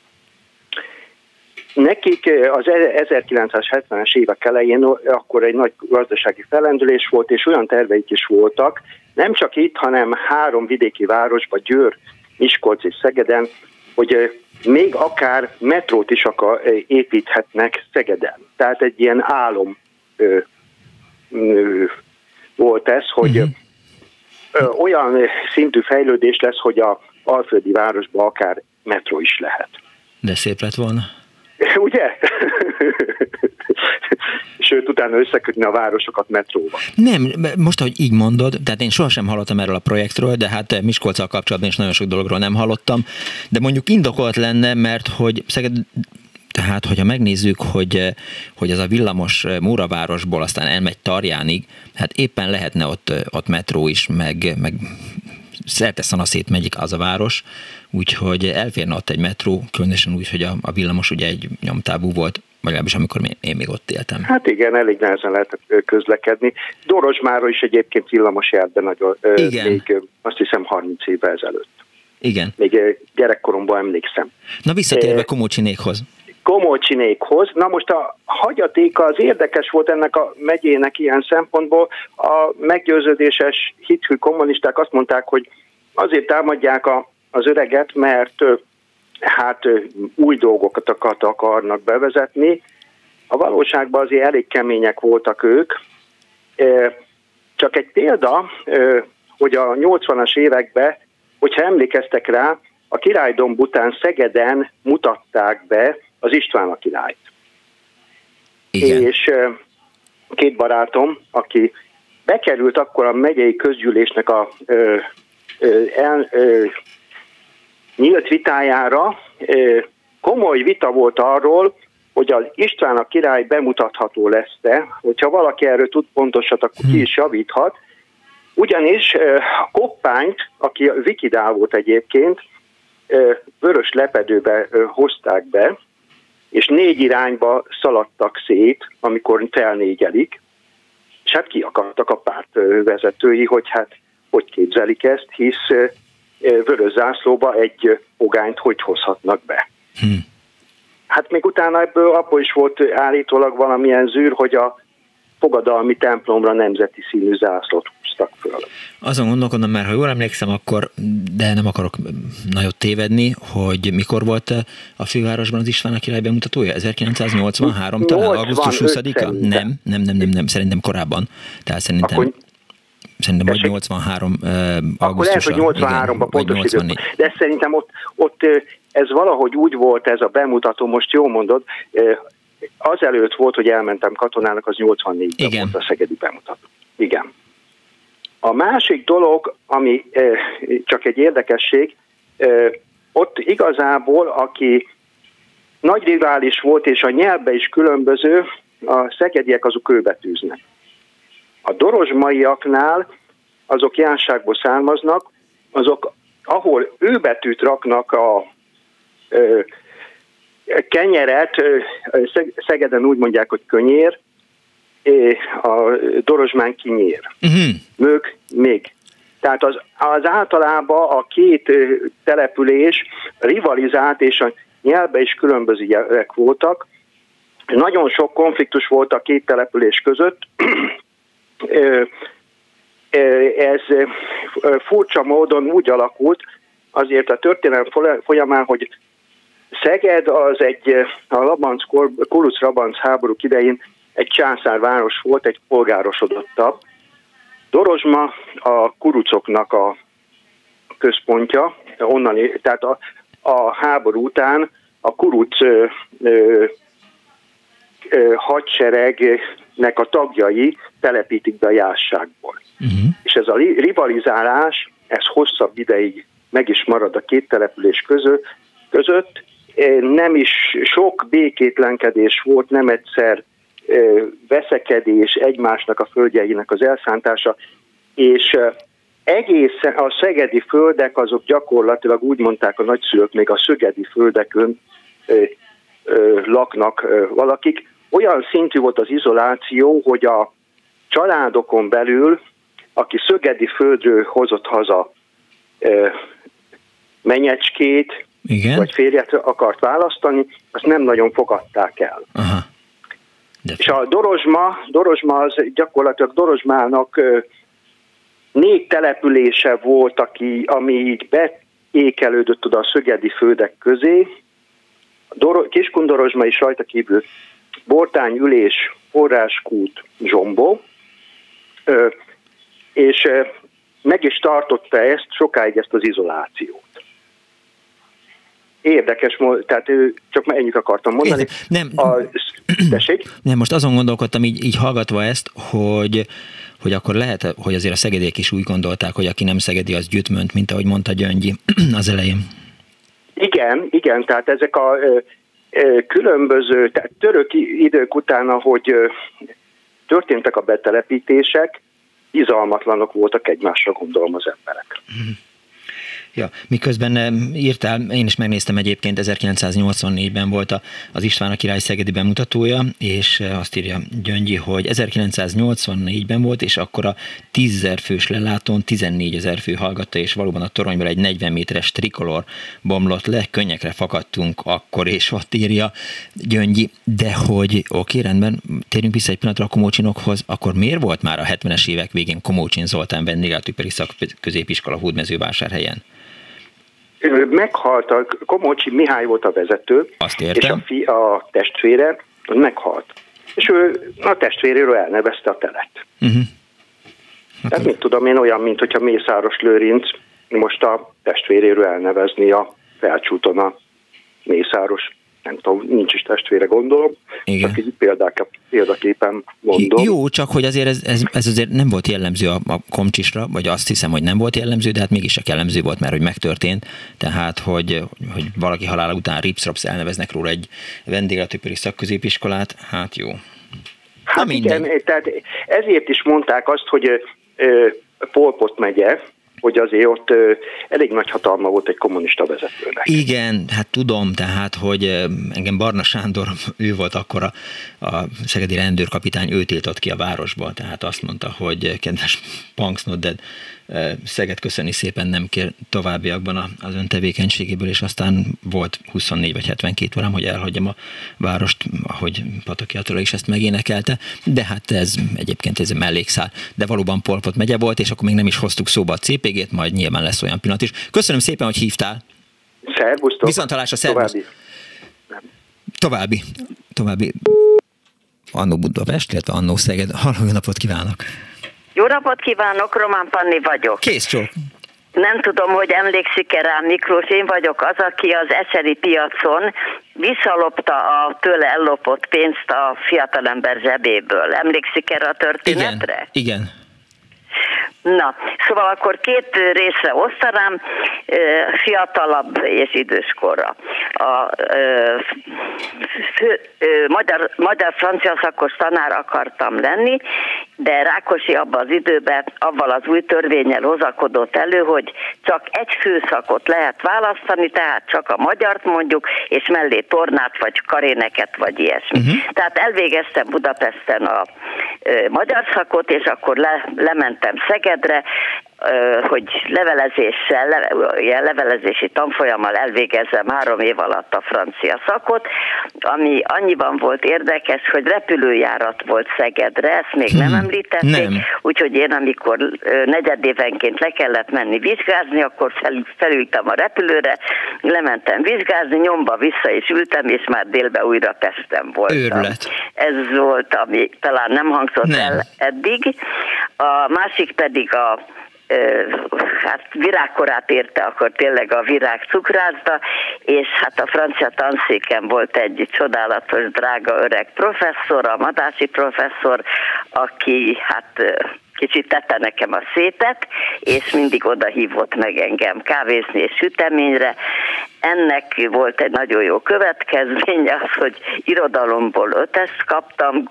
S10: Nekik az 1970-es évek elején akkor egy nagy gazdasági fellendülés volt, és olyan terveik is voltak, nem csak itt, hanem 3 vidéki városban, Győr, Miskolc és Szegeden, hogy még akár metrót is építhetnek Szegeden. Tehát egy ilyen álom volt ez, hogy olyan szintű fejlődés lesz, hogy a alföldi városban akár metró is lehet.
S2: De szép lett volna.
S10: Ugye? Sőt, utána összekötni a városokat metróba.
S2: Nem, most, ahogy így mondod, tehát én sohasem hallottam erről a projektről, de hát Miskolccal kapcsolatban is nagyon sok dologról nem hallottam, de mondjuk indokolt lenne, mert hogy Szeged, tehát hogyha megnézzük, hogy ez a villamos Móravárosból aztán elmegy Tarjánig, hát éppen lehetne ott metró is, meg Szerteszanaszét megyik az a város, úgyhogy elférne ott egy metró, különösen úgy, hogy a villamos ugye egy nyomtávú volt, vagy legalábbis amikor én még ott éltem.
S10: Hát igen, elég nehezen lehetett közlekedni. Dorozsmáról is egyébként villamos járt be nagyon, még azt hiszem 30 évvel ezelőtt.
S2: Igen.
S10: Még gyerekkoromban emlékszem.
S2: Na visszatérve Komócsinékhoz.
S10: Na most a hagyatéka az érdekes volt ennek a megyének ilyen szempontból. A meggyőződéses hithű kommunisták azt mondták, hogy azért támadják az öreget, mert hát új dolgokat akarnak bevezetni. A valóságban azért elég kemények voltak ők, Csak egy példa, hogy a 80-as években, hogyha emlékeztek rá, a Királydomb után Szegeden mutatták be az István a királyt. Igen. És két barátom, aki bekerült akkor a megyei közgyűlésnek a nyílt vitájára, komoly vita volt arról, hogy az István a király bemutatható lesz-e, hogyha valaki erről tud pontosat, akkor ki is javíthat. Ugyanis a Koppányt, aki vikidál volt egyébként, vörös lepedőbe hozták be, és 4 irányba szaladtak szét, amikor felnégyelik, és hát kiakadtak a párt vezetői, hogy hát hogy képzelik ezt, hisz vörös zászlóba egy pogányt hogy hozhatnak be. Hát még utána abból is volt állítólag valamilyen zűr, hogy a fogadalmi templomra nemzeti színű zászlót húztak föl.
S2: Azon gondolkodom, mert ha jól emlékszem, akkor, de nem akarok nagyot tévedni, hogy mikor volt a fővárosban az István a király bemutatója? 1983 talán, augusztus 20-a? Nem, szerintem korábban. Tehát szerintem vagy 83 augusztusa.
S10: Akkor lehet, hogy 83-ban pontos időben. De szerintem ott ez valahogy úgy volt ez a bemutató, most jól mondod, azelőtt volt, hogy elmentem katonának, az 84-ben volt a szegedi bemutató. Igen. A másik dolog, ami csak egy érdekesség, ott igazából, aki nagy rivális volt, és a nyelvbe is különböző, a szegediek azok kőbetűznek. A dorozsmaiaknál, azok jánságból származnak, azok, ahol őbetűt raknak a kenyeret, Szegeden úgy mondják, hogy könyér, a dorozsmán kinyér. Mög még. Tehát az általában a két település rivalizált, és a nyelvben is különbözőek voltak. Nagyon sok konfliktus volt a két település között. Ez furcsa módon úgy alakult, azért a történelem folyamán, hogy Szeged az a Kuruc-Rabanc háborúk idején egy császárváros volt, egy polgárosodottabb. Dorozsma a kurucoknak a központja, onnan, tehát a háború után a kuruc hadseregnek a tagjai telepítik be a jásságból. És ez a rivalizálás, ez hosszabb ideig meg is marad a két település között. Nem is sok békétlenkedés volt, nem egyszer veszekedés, egymásnak a földjeinek az elszántása, és egészen a szegedi földek, azok gyakorlatilag úgy mondták a nagyszülők, még a szögedi földekön laknak valakik. Olyan szintű volt az izoláció, hogy a családokon belül, aki szögedi földről hozott haza menyecskét, igen, vagy férjet akart választani, azt nem nagyon fogadták el. Aha. És a Dorozsma az gyakorlatilag Dorozsmának 4 települése volt, ami így beékelődött oda a szögedi földek közé. Kiskun-Dorozsma is rajta kívül Bortány, Ülés, Forráskút, Zsombó, és meg is tartotta sokáig ezt az izolációt. Érdekes, tehát csak ennyit akartam mondani.
S2: Nem, most azon gondolkodtam így hallgatva ezt, hogy akkor lehet, hogy azért a szegediek is úgy gondolták, hogy aki nem szegedi, az gyütmönt, mint ahogy mondta Gyöngyi az elején.
S10: Igen, tehát ezek a különböző, tehát török idők után, ahogy történtek a betelepítések, bizalmatlanok voltak egymásra, gondolom az emberek.
S2: Ja, miközben írtál, én is megnéztem egyébként, 1984-ben volt az István a király szegedi bemutatója, és azt írja Gyöngyi, hogy 1984-ben volt, és akkor a 10 000 fős lelátón 14 000 fő hallgatta, és valóban a toronyból egy 40 méteres trikolor bomlott le, könnyekre fakadtunk akkor, és ott írja Gyöngyi, de hogy oké, rendben, térjünk vissza egy pillanatra a Komócsinokhoz, akkor miért volt már a 70-es évek végén Komócsin Zoltán vendéglátóipari szakközépiskola Hódmezővásárhelyen?
S10: Meghalt, a Komócsi Mihály volt a vezető, és a testvére meghalt. és ő a testvéréről elnevezte a telet. Tehát mit tudom én, olyan, mint hogyha Mészáros Lőrinc most a testvéréről elnevezni a Felcsúton a Mészáros, nem tudom, nincs is testvére, gondolom.
S2: Igen.
S10: Csak így példaképpen mondom.
S2: Jó, csak hogy azért ez azért nem volt jellemző a Komcsisra, vagy azt hiszem, hogy nem volt jellemző, de hát mégis jellemző volt, mert hogy megtörtént. Tehát, hogy valaki halála után ripsrops elneveznek róla egy vendéglátóipari szakközépiskolát, hát jó.
S10: Hát igen, tehát ezért is mondták azt, hogy Pol Pot megye, hogy azért ott elég nagy hatalma volt egy kommunista vezetőnek.
S2: Igen, hát tudom, tehát, hogy engem Barna Sándor, ő volt akkor a szegedi rendőrkapitány, ő tiltott ki a városba, tehát azt mondta, hogy kedves Punks Not Dead, Szeged köszöni szépen, nem kér továbbiakban az ön tevékenységéből, és aztán volt 24 vagy 72 órám, hogy elhagyjam a várost, ahogy Pataki Attila is ezt megénekelte, de hát ez egyébként ez mellékszál, de valóban Pol Pot megye volt, és akkor még nem is hoztuk szóba a CPG-t, majd nyilván lesz olyan pillanat is. Köszönöm szépen, hogy hívtál.
S10: Szervusztok.
S2: Viszonthallásra, szervusz. További. Annó Budapest, illetve Annó Szeged. Halló, napot kívánok!
S11: Jó napot kívánok, Román Panni vagyok.
S2: Kész csók.
S11: Nem tudom, hogy emlékszik-e rám Miklós, én vagyok az, aki az eszeri piacon visszalopta a tőle ellopott pénzt a fiatalember zsebéből. Emlékszik erre a történetre?
S2: Igen.
S11: Na, szóval akkor két részre osztanám, fiatalabb és időskorra. A magyar-francia szakos tanár akartam lenni, de Rákosi abban az időben avval az új törvénnyel hozakodott elő, hogy csak egy főszakot lehet választani, tehát csak a magyart mondjuk, és mellé tornát, vagy karéneket, vagy ilyesmi. Tehát elvégeztem Budapesten a magyar szakot, és akkor lementem Szegedre, hogy levelezési tanfolyammal elvégezzem 3 év alatt a francia szakot, ami annyiban volt érdekes, hogy repülőjárat volt Szegedre, ezt még nem említették, úgyhogy én amikor negyedévenként le kellett menni vizsgázni, akkor felültem a repülőre, lementem vizsgázni, nyomba vissza is ültem, és már délben újra Pesten voltam.
S2: Őrület.
S11: Ez volt, ami talán nem hangzott el eddig. A másik pedig hát virágkorát érte, akkor tényleg a virág cukrászda, és hát a francia tanszéken volt egy csodálatos, drága öreg professzor, a Madási professzor, aki hát kicsit tette nekem a szétet, és mindig oda hívott meg engem kávézni és süteményre. Ennek volt egy nagyon jó következménye az, hogy irodalomból 5-est kaptam,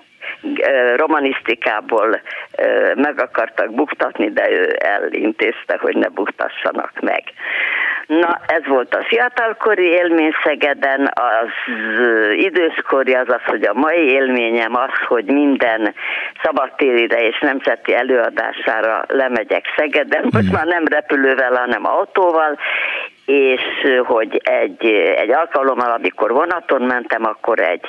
S11: romanisztikából meg akartak buktatni, de ő elintézte, hogy ne buktassanak meg. Na, ez volt a fiatalkori élmény Szegeden, az időskori az, hogy a mai élményem az, hogy minden szabadtérire és nemzeti előadására lemegyek Szegeden, most már nem repülővel, hanem autóval, és hogy egy alkalommal, amikor vonaton mentem, akkor egy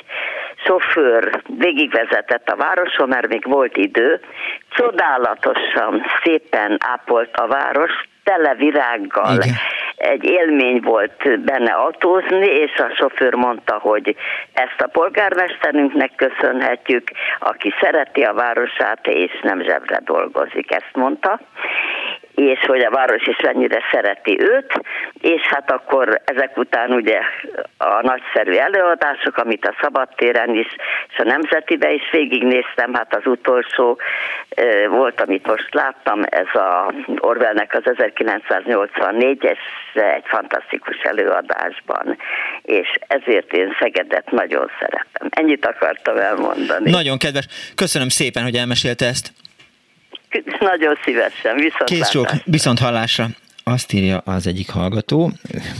S11: sofőr végigvezetett a városon, mert még volt idő, csodálatosan szépen ápolt a város, tele virággal. Igen. Egy élmény volt benne autózni, és a sofőr mondta, hogy ezt a polgármesterünknek köszönhetjük, aki szereti a városát, és nem zsebre dolgozik, ezt mondta, és hogy a város is mennyire szereti őt, és hát akkor ezek után ugye a nagyszerű előadások, amit a Szabadtéren is, és a Nemzetibe is végignéztem, hát az utolsó volt, amit most láttam, ez a Orwellnek az 1984-es egy fantasztikus előadásban, és ezért én Szegedet nagyon szeretem. Ennyit akartam elmondani.
S2: Nagyon kedves. Köszönöm szépen, hogy elmesélte ezt.
S11: Nagyon szívesen,
S2: viszont hallásra. Azt írja az egyik hallgató,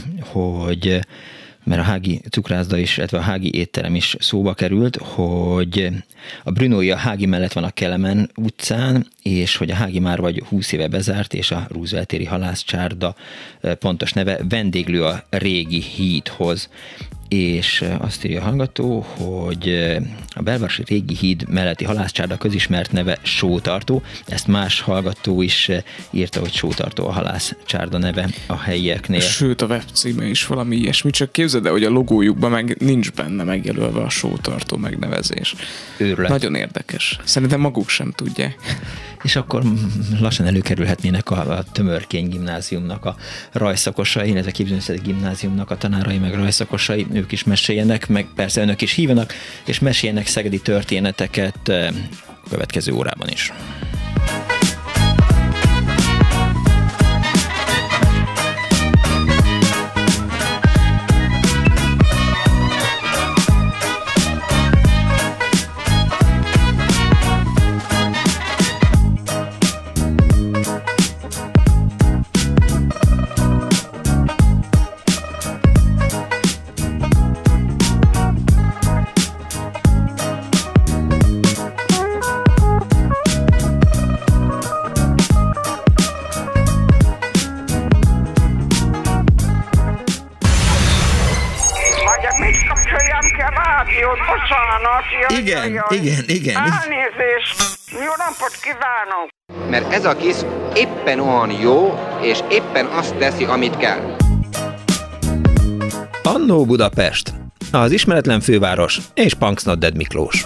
S2: hogy mert a Hági cukrászda is, illetve a Hági étterem is szóba került, hogy a Brunói a Hági mellett van a Kelemen utcán, és hogy a Hági már vagy 20 éve bezárt, és a Roosevelt-téri halászcsárda pontos neve vendéglő a régi hídhoz. és azt írja a hallgató, hogy a belvárosi régi híd melletti halászcsárda közismert neve Sótartó. Ezt más hallgató is írta, hogy Sótartó a halászcsárda neve a helyieknél.
S3: Sőt, a webcíme is valami ilyesmi, csak képzeld el, hogy a logójukban meg nincs benne megjelölve a Sótartó megnevezés.
S2: Őrület.
S3: Nagyon érdekes. Szerintem maguk sem tudják.
S2: És akkor lassan előkerülhetnének a Tömörkény gimnáziumnak a rajszakosai, illetve Képzőművészeti gimnáziumnak a tanárai, meg rajszakosai, ők is meséljenek, meg persze önök is hívanak, és meséljenek szegedi történeteket a következő órában is. Igen.
S12: Elnézést! Jó napot kívánok!
S1: Mert ez a kis éppen olyan jó, és éppen azt teszi, amit kell.
S2: Annó Budapest, az ismeretlen főváros és Punks Not Dead Miklós.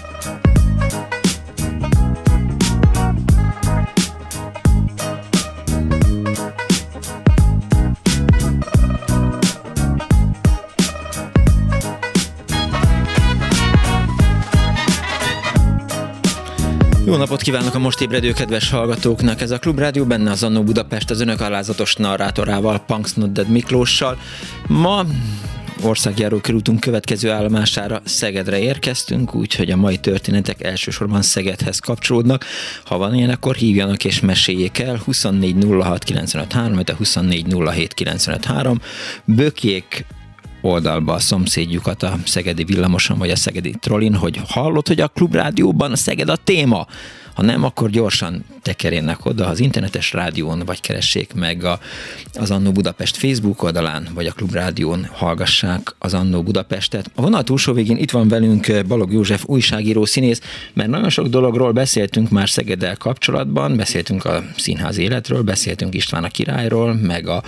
S2: Jó napot kívánok a most ébredő kedves hallgatóknak! Ez a Klubrádió, benne az Annó Budapest az önök alázatos narrátorával, Punks Not Dead Miklóssal. Ma országjáró körútunk következő állomására, Szegedre érkeztünk, úgyhogy a mai történetek elsősorban Szegedhez kapcsolódnak. Ha van ilyen, akkor hívjanak és meséljék el. 24 06 95 3, vagy a 24 07 95 3. Bökjék oldalba a szomszédjukat a szegedi villamoson, vagy a szegedi trollin, hogy hallod, hogy a Klubrádióban a Szeged a téma. Ha nem, akkor gyorsan tekerjenek oda az internetes rádión, vagy keressék meg az Annó Budapest Facebook oldalán, vagy a Klubrádión hallgassák az Annó Budapestet. A vonal túlsó végén itt van velünk Balogh József újságíró, színész, mert nagyon sok dologról beszéltünk már Szegeddel kapcsolatban, beszéltünk a színház életről, beszéltünk István a királyról, meg a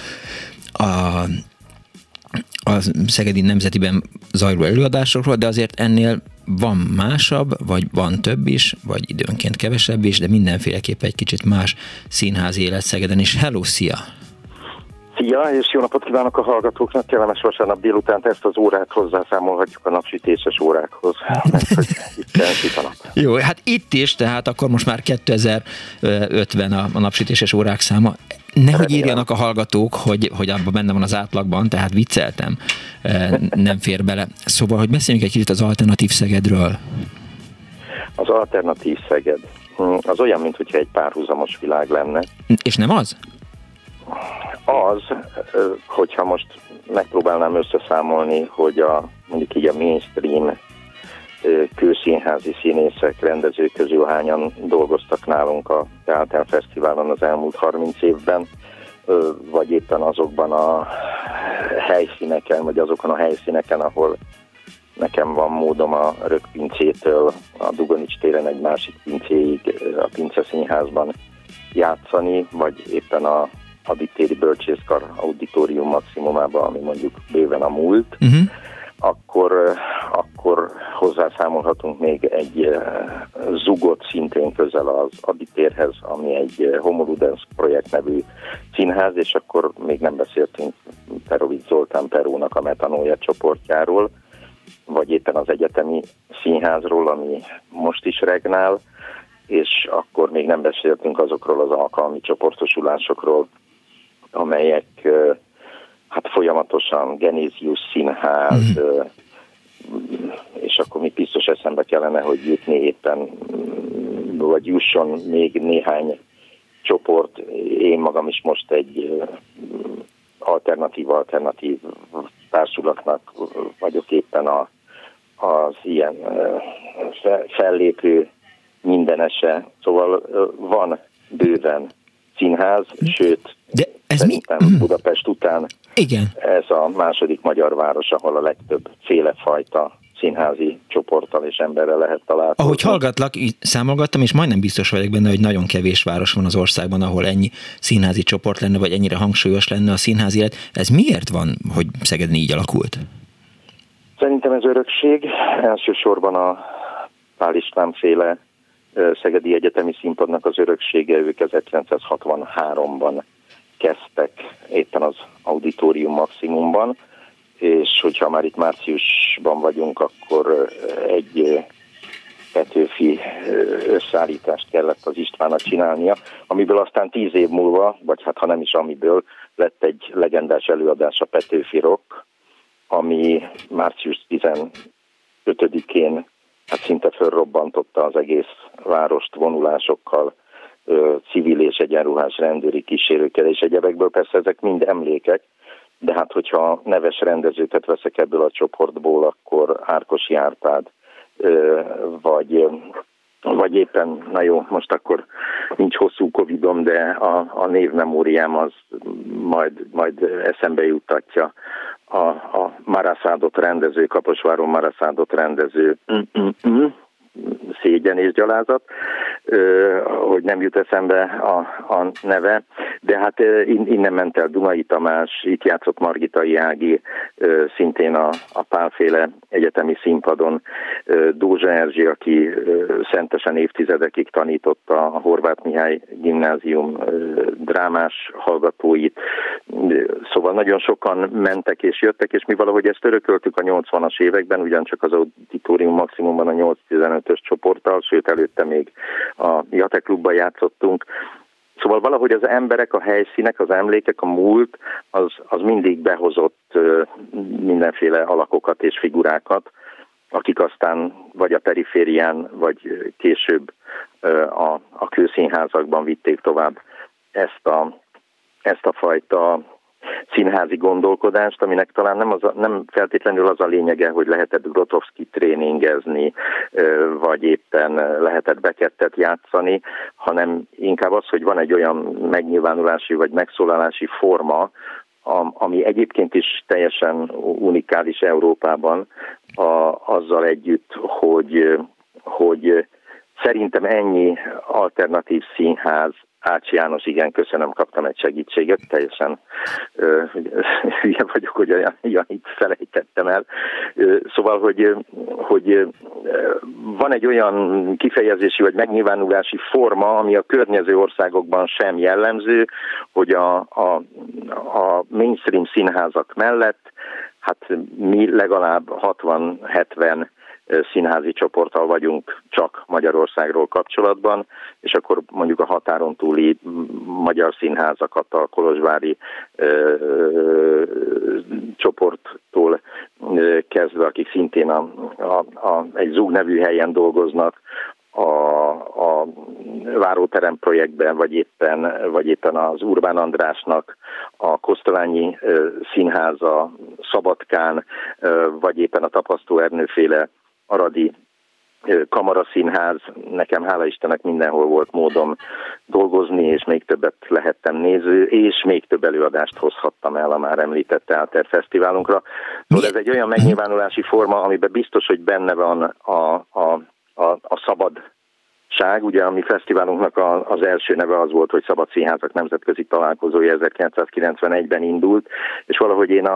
S2: Szegedi Nemzetiben zajló előadásokról, de azért ennél van másabb, vagy van több is, vagy időnként kevesebb is, de mindenféleképp egy kicsit más színházi élet Szegeden is. Hello, szia!
S13: Szia, és jó napot kívánok a hallgatóknak! Kellemes vasárnap délután ezt az órát hozzászámolhatjuk a napsütéses órákhoz, mert hogy itt süt a nap.
S2: Jó, hát itt is, tehát akkor most már 2050 a napsütéses órák száma. Nehogy írjanak a hallgatók, hogy abban benne van az átlagban, tehát vicceltem, nem fér bele. Szóval, hogy beszéljünk egy kicsit az alternatív Szegedről.
S13: Az alternatív Szeged az olyan, mintha egy párhuzamos világ lenne.
S2: És nem az?
S13: Az, hogyha most megpróbálnám összeszámolni, hogy mondjuk így a mainstream kőszínházi színészek, rendezők közül hányan dolgoztak nálunk a Teátr Fesztiválon az elmúlt 30 évben, vagy éppen azokban a helyszíneken, vagy azokon a helyszíneken, ahol nekem van módom a Rökpincétől a Dugonics téren egy másik pincéig a Pince Színházban játszani, vagy éppen a Hadittéri Bölcsészkar Auditorium maximumában, ami mondjuk bőven a múlt, akkor hozzászámolhatunk még egy zugot szintén közel az Aditérhez, ami egy Homoludens projekt nevű színház, és akkor még nem beszéltünk Perovics Zoltán Perónak a Metanója csoportjáról, vagy éppen az Egyetemi Színházról, ami most is regnál, és akkor még nem beszéltünk azokról az alkalmi csoportosulásokról, amelyek hát folyamatosan Genézius Színház, és akkor még biztos eszembe kellene, hogy jutni éppen, vagy jusson még néhány csoport. Én magam is most egy alternatív társulatnak vagyok éppen az ilyen fellépő mindenese. Szóval van bőven színház, sőt,
S2: de ez
S13: Budapest után
S2: Igen.
S13: Ez a második magyar város, ahol a legtöbb félefajta színházi csoporttal és emberrel lehet találkozni.
S2: Ahogy hallgatlak, így számolgattam, és majdnem biztos vagyok benne, hogy nagyon kevés város van az országban, ahol ennyi színházi csoport lenne, vagy ennyire hangsúlyos lenne a színházi élet. Ez miért van, hogy Szegeden így alakult?
S13: Szerintem ez örökség. Elsősorban a Pál István féle szegedi egyetemi színpadnak az öröksége. Ők 1963-ban kezdtek éppen az Auditorium Maximumban, és hogyha már itt márciusban vagyunk, akkor egy Petőfi összeállítást kellett az Istvánnak csinálnia, amiből aztán 10 év múlva, vagy hát ha nem is amiből, lett egy legendás előadás, a Petőfi Rock, ami március 15-én hát szinte fölrobbantotta az egész várost vonulásokkal, civil és egyenruhás rendőri kísérőkkel és egyebekből. Persze ezek mind emlékek, de hát hogyha neves rendezőket veszek ebből a csoportból, akkor Árkosi Árpád, vagy éppen, na jó, most akkor nincs hosszú covidom, de a névmemóriám az majd eszembe juttatja a Maraszádot rendező, Kaposváron Maraszádot rendező szégyen és gyalázat, hogy nem jut eszembe a neve, de hát innen ment el Dunai Tamás, itt játszott Margitai Ági, szintén a Pálféle egyetemi színpadon, Dózsa Erzsi, aki szentesen évtizedekig tanította a Horváth Mihály Gimnázium drámás hallgatóit, szóval nagyon sokan mentek és jöttek, és mi valahogy ezt örököltük a 80-as években, ugyancsak az Auditorium Maximumban a 8-15-ös csoporttal, sőt előtte még a Jate Klubban játszottunk. Szóval valahogy az emberek, a helyszínek, az emlékek, a múlt, az mindig behozott mindenféle alakokat és figurákat, akik aztán vagy a periférián, vagy később a kőszínházakban vitték tovább ezt a fajta színházi gondolkodást, aminek talán nem feltétlenül az a lényege, hogy lehetett Grotowski tréningezni, vagy éppen lehetett Beckettet játszani, hanem inkább az, hogy van egy olyan megnyilvánulási vagy megszólalási forma, ami egyébként is teljesen unikális Európában, azzal együtt, hogy szerintem ennyi alternatív színház, Ács János, igen, köszönöm, kaptam egy segítséget, teljesen hülye vagyok, hogy Janit felejtettem el. Szóval, hogy van egy olyan kifejezési vagy megnyilvánulási forma, ami a környező országokban sem jellemző, hogy a mainstream színházak mellett, hát mi legalább 60-70 színházi csoporttal vagyunk csak Magyarországról kapcsolatban, és akkor mondjuk a határon túli magyar színházakat, a kolozsvári csoporttól kezdve, akik szintén egy Zug nevű helyen dolgoznak, a Váróterem projektben, vagy éppen az Urbán Andrásnak a Kosztolányi Színháza Szabadkán, vagy éppen a Tapasztó Ernőféle aradi kamaraszínház. Nekem hála Istennek mindenhol volt módom dolgozni, és még többet lehettem néző, és még több előadást hozhattam el a már említett teáterfesztiválunkra. Szóval ez egy olyan megnyilvánulási forma, amiben biztos, hogy benne van a szabadság. Ugye a mi fesztiválunknak az első neve az volt, hogy Szabad Színházak Nemzetközi Találkozója 1991-ben indult, és valahogy én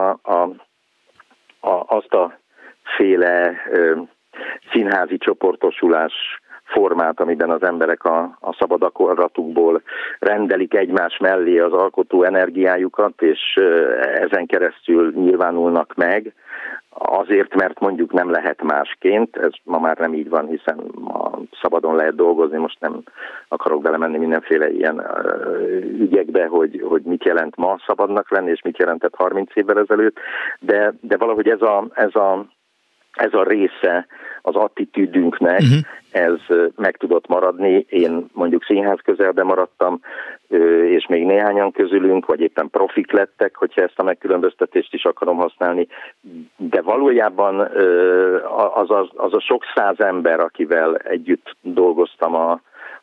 S13: azt a féle színházi csoportosulás formát, amiben az emberek a szabad akaratukból rendelik egymás mellé az alkotó energiájukat, és ezen keresztül nyilvánulnak meg, azért, mert mondjuk nem lehet másként, ez ma már nem így van, hiszen szabadon lehet dolgozni, most nem akarok belemenni mindenféle ilyen ügyekbe, hogy mit jelent ma szabadnak lenni, és mit jelentett 30 évvel ezelőtt, de valahogy ez a része az attitűdünknek, ez meg tudott maradni. Én mondjuk színház közelben maradtam, és még néhányan közülünk, vagy éppen profik lettek, hogyha ezt a megkülönböztetést is akarom használni, de valójában az a sok száz ember, akivel együtt dolgoztam a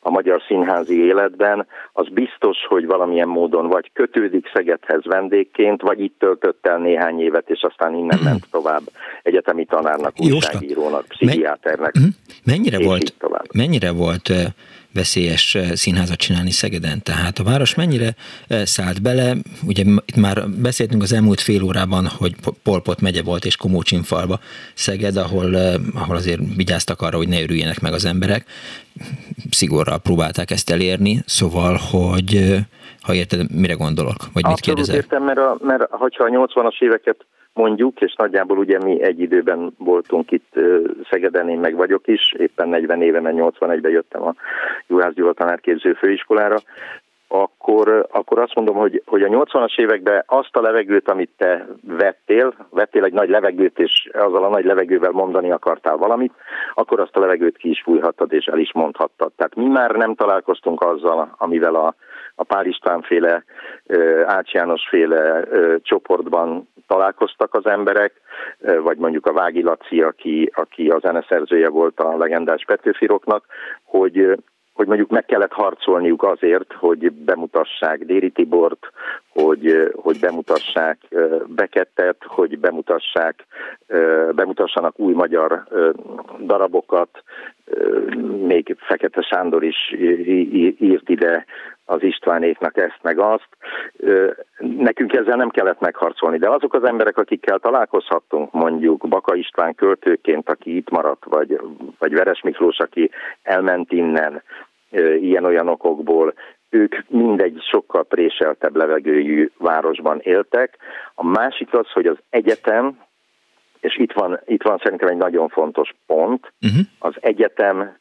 S13: a magyar színházi életben, az biztos, hogy valamilyen módon vagy kötődik Szegedhez vendégként, vagy itt töltött el néhány évet, és aztán innen ment tovább egyetemi tanárnak, újságírónak, pszichiáternek.
S2: Mennyire volt veszélyes színházat csinálni Szegeden? Tehát a város mennyire szállt bele? Ugye itt már beszéltünk az elmúlt fél órában, hogy Pol Pot megye volt és Komócsinfalva Szeged, ahol azért vigyáztak arra, hogy ne örüljenek meg az emberek. Szigorral próbálták ezt elérni, szóval, hogy ha érted, mire gondolok? Vagy mit kérdezel?
S13: Abszolút értem, mert ha a 80-as éveket mondjuk, és nagyjából ugye mi egy időben voltunk itt Szegeden, én meg vagyok is, éppen 40 éve, mert 81-ben jöttem a Juhász Gyula tanárképző főiskolára, akkor azt mondom, hogy a 80-as években azt a levegőt, amit te vettél egy nagy levegőt, és azzal a nagy levegővel mondani akartál valamit, akkor azt a levegőt ki is fújhattad, és el is mondhattad. Tehát mi már nem találkoztunk azzal, amivel a Pál István-féle, Ács János-féle csoportban találkoztak az emberek, vagy mondjuk a Vági Laci, aki a zeneszerzője volt a legendás Petőfi Rocknak, hogy mondjuk meg kellett harcolniuk azért, hogy bemutassák Déri Tibort, hogy bemutassák Bekettet, hogy bemutassanak új magyar darabokat. Még Fekete Sándor is írt ide az Istvánéknak ezt meg azt. Nekünk ezzel nem kellett megharcolni, de azok az emberek, akikkel találkozhattunk, mondjuk Baka István költőként, aki itt maradt, vagy Veres Miklós, aki elment innen, ilyen-olyan okokból, ők mindegy sokkal préseltebb levegőjű városban éltek. A másik az, hogy az egyetem, és itt van szerintem egy nagyon fontos pont, az egyetem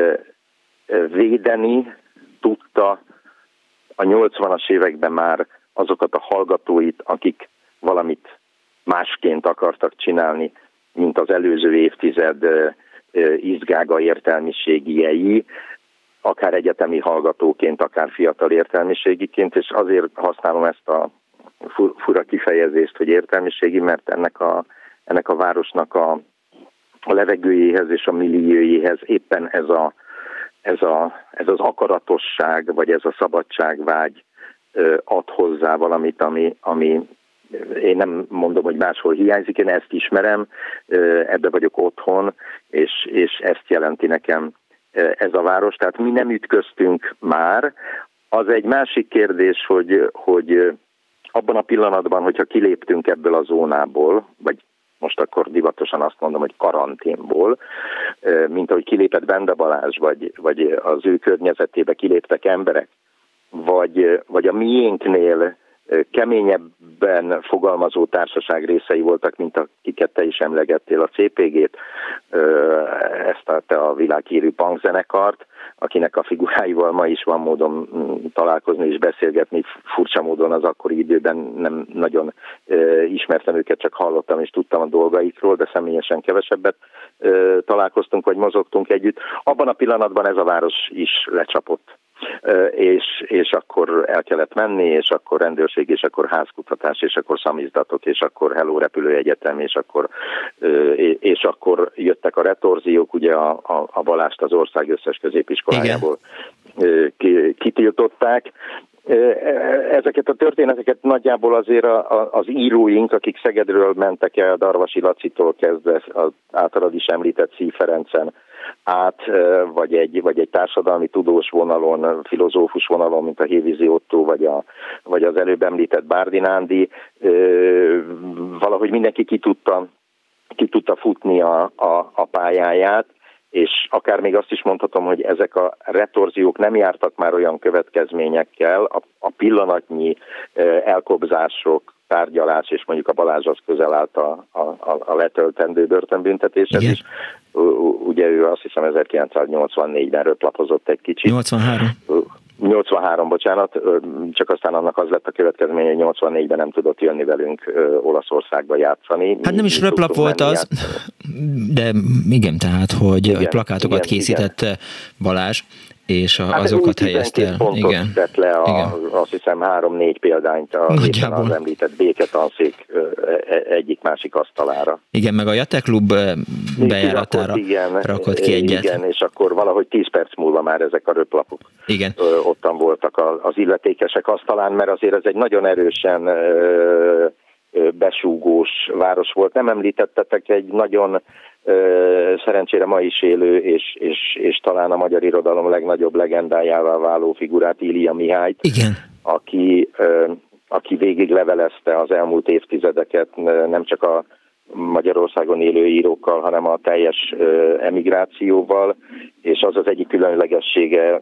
S13: védeni tudta a 80-as években már azokat a hallgatóit, akik valamit másként akartak csinálni, mint az előző évtized izgága értelmiségiei, akár egyetemi hallgatóként, akár fiatal értelmiségiként, és azért használom ezt a fura kifejezést, hogy értelmiségi, mert ennek a városnak a levegőjéhez és a milliójéhez éppen ez az akaratosság, vagy ez a szabadságvágy ad hozzá valamit, ami én nem mondom, hogy máshol hiányzik, én ezt ismerem, ebbe vagyok otthon, és ezt jelenti nekem ez a város. Tehát mi nem ütköztünk már. Az egy másik kérdés, hogy abban a pillanatban, hogyha kiléptünk ebből a zónából, vagy most akkor divatosan azt mondom, hogy karanténból, mint ahogy kilépett Bende Balázs, vagy az ő környezetébe kiléptek emberek, vagy a miénknél keményebben fogalmazó társaság részei voltak, mint akiket te is emlegettél, a CPG-t, ezt a világhírű punkzenekart, akinek a figuráival ma is van módon találkozni és beszélgetni. Furcsa módon az akkori időben nem nagyon ismertem őket, csak hallottam és tudtam a dolgaikról, de személyesen kevesebbet találkoztunk, vagy mozogtunk együtt. Abban a pillanatban ez a város is lecsapott. És akkor el kellett menni, és akkor rendőrség, és akkor házkutatás, és akkor szamizdatok, és akkor Hello repülőegyetem, és akkor jöttek a retorziók, ugye a Balást az ország összes középiskolájából kitiltották. Ezeket a történeteket nagyjából azért az íróink, akik Szegedről mentek el, Darvasi Lacitól kezdve az általad is említett Szíj Ferencen át, vagy egy társadalmi tudós vonalon, filozófus vonalon, mint a Hévízi Ottó, vagy az előbb említett Bárdi Nándi, valahogy mindenki ki tudta futni a pályáját, és akár még azt is mondhatom, hogy ezek a retorziók nem jártak már olyan következményekkel, a pillanatnyi elkobzások, tárgyalás, és mondjuk a Balázs az közel állt a letöltendő börtönbüntetéshez is. Ugye ő azt hiszem 1984-ben röplapozott egy kicsit. 83, bocsánat, csak aztán annak az lett a következménye, hogy 84-ben nem tudott jönni velünk Olaszországba játszani.
S2: Hát nem is röplap volt az, de igen, tehát, hogy plakátokat készített Balázs. és azokat helyezte el.
S13: Igen. Tett le azt hiszem 3-4 példányt az említett béketanszék egyik-másik asztalára.
S2: Igen, meg a Jate Klub bejáratára rakott ki egyet.
S13: Igen, és akkor valahogy 10 perc múlva már ezek a röplapok ottan voltak az illetékesek asztalán, mert azért ez egy nagyon erősen besúgós város volt. Nem említettetek egy nagyon szerencsére ma is élő, és talán a magyar irodalom legnagyobb legendájává váló figurát, Ilija Mihályt, aki végig levelezte az elmúlt évtizedeket nem csak a Magyarországon élő írókkal, hanem a teljes emigrációval, és az egyik különlegessége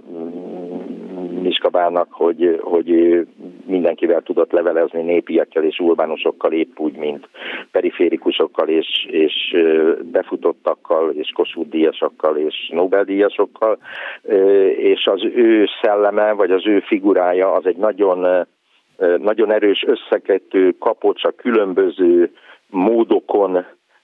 S13: Miskabának, hogy mindenkivel tudott levelezni, népiekkel és urbánusokkal, épp úgy, mint periférikusokkal és befutottakkal, és Kossuth-díjasokkal, és Nobel-díjasokkal, és az ő szelleme, vagy az ő figurája az egy nagyon, nagyon erős összekötő kapocs a különböző módokon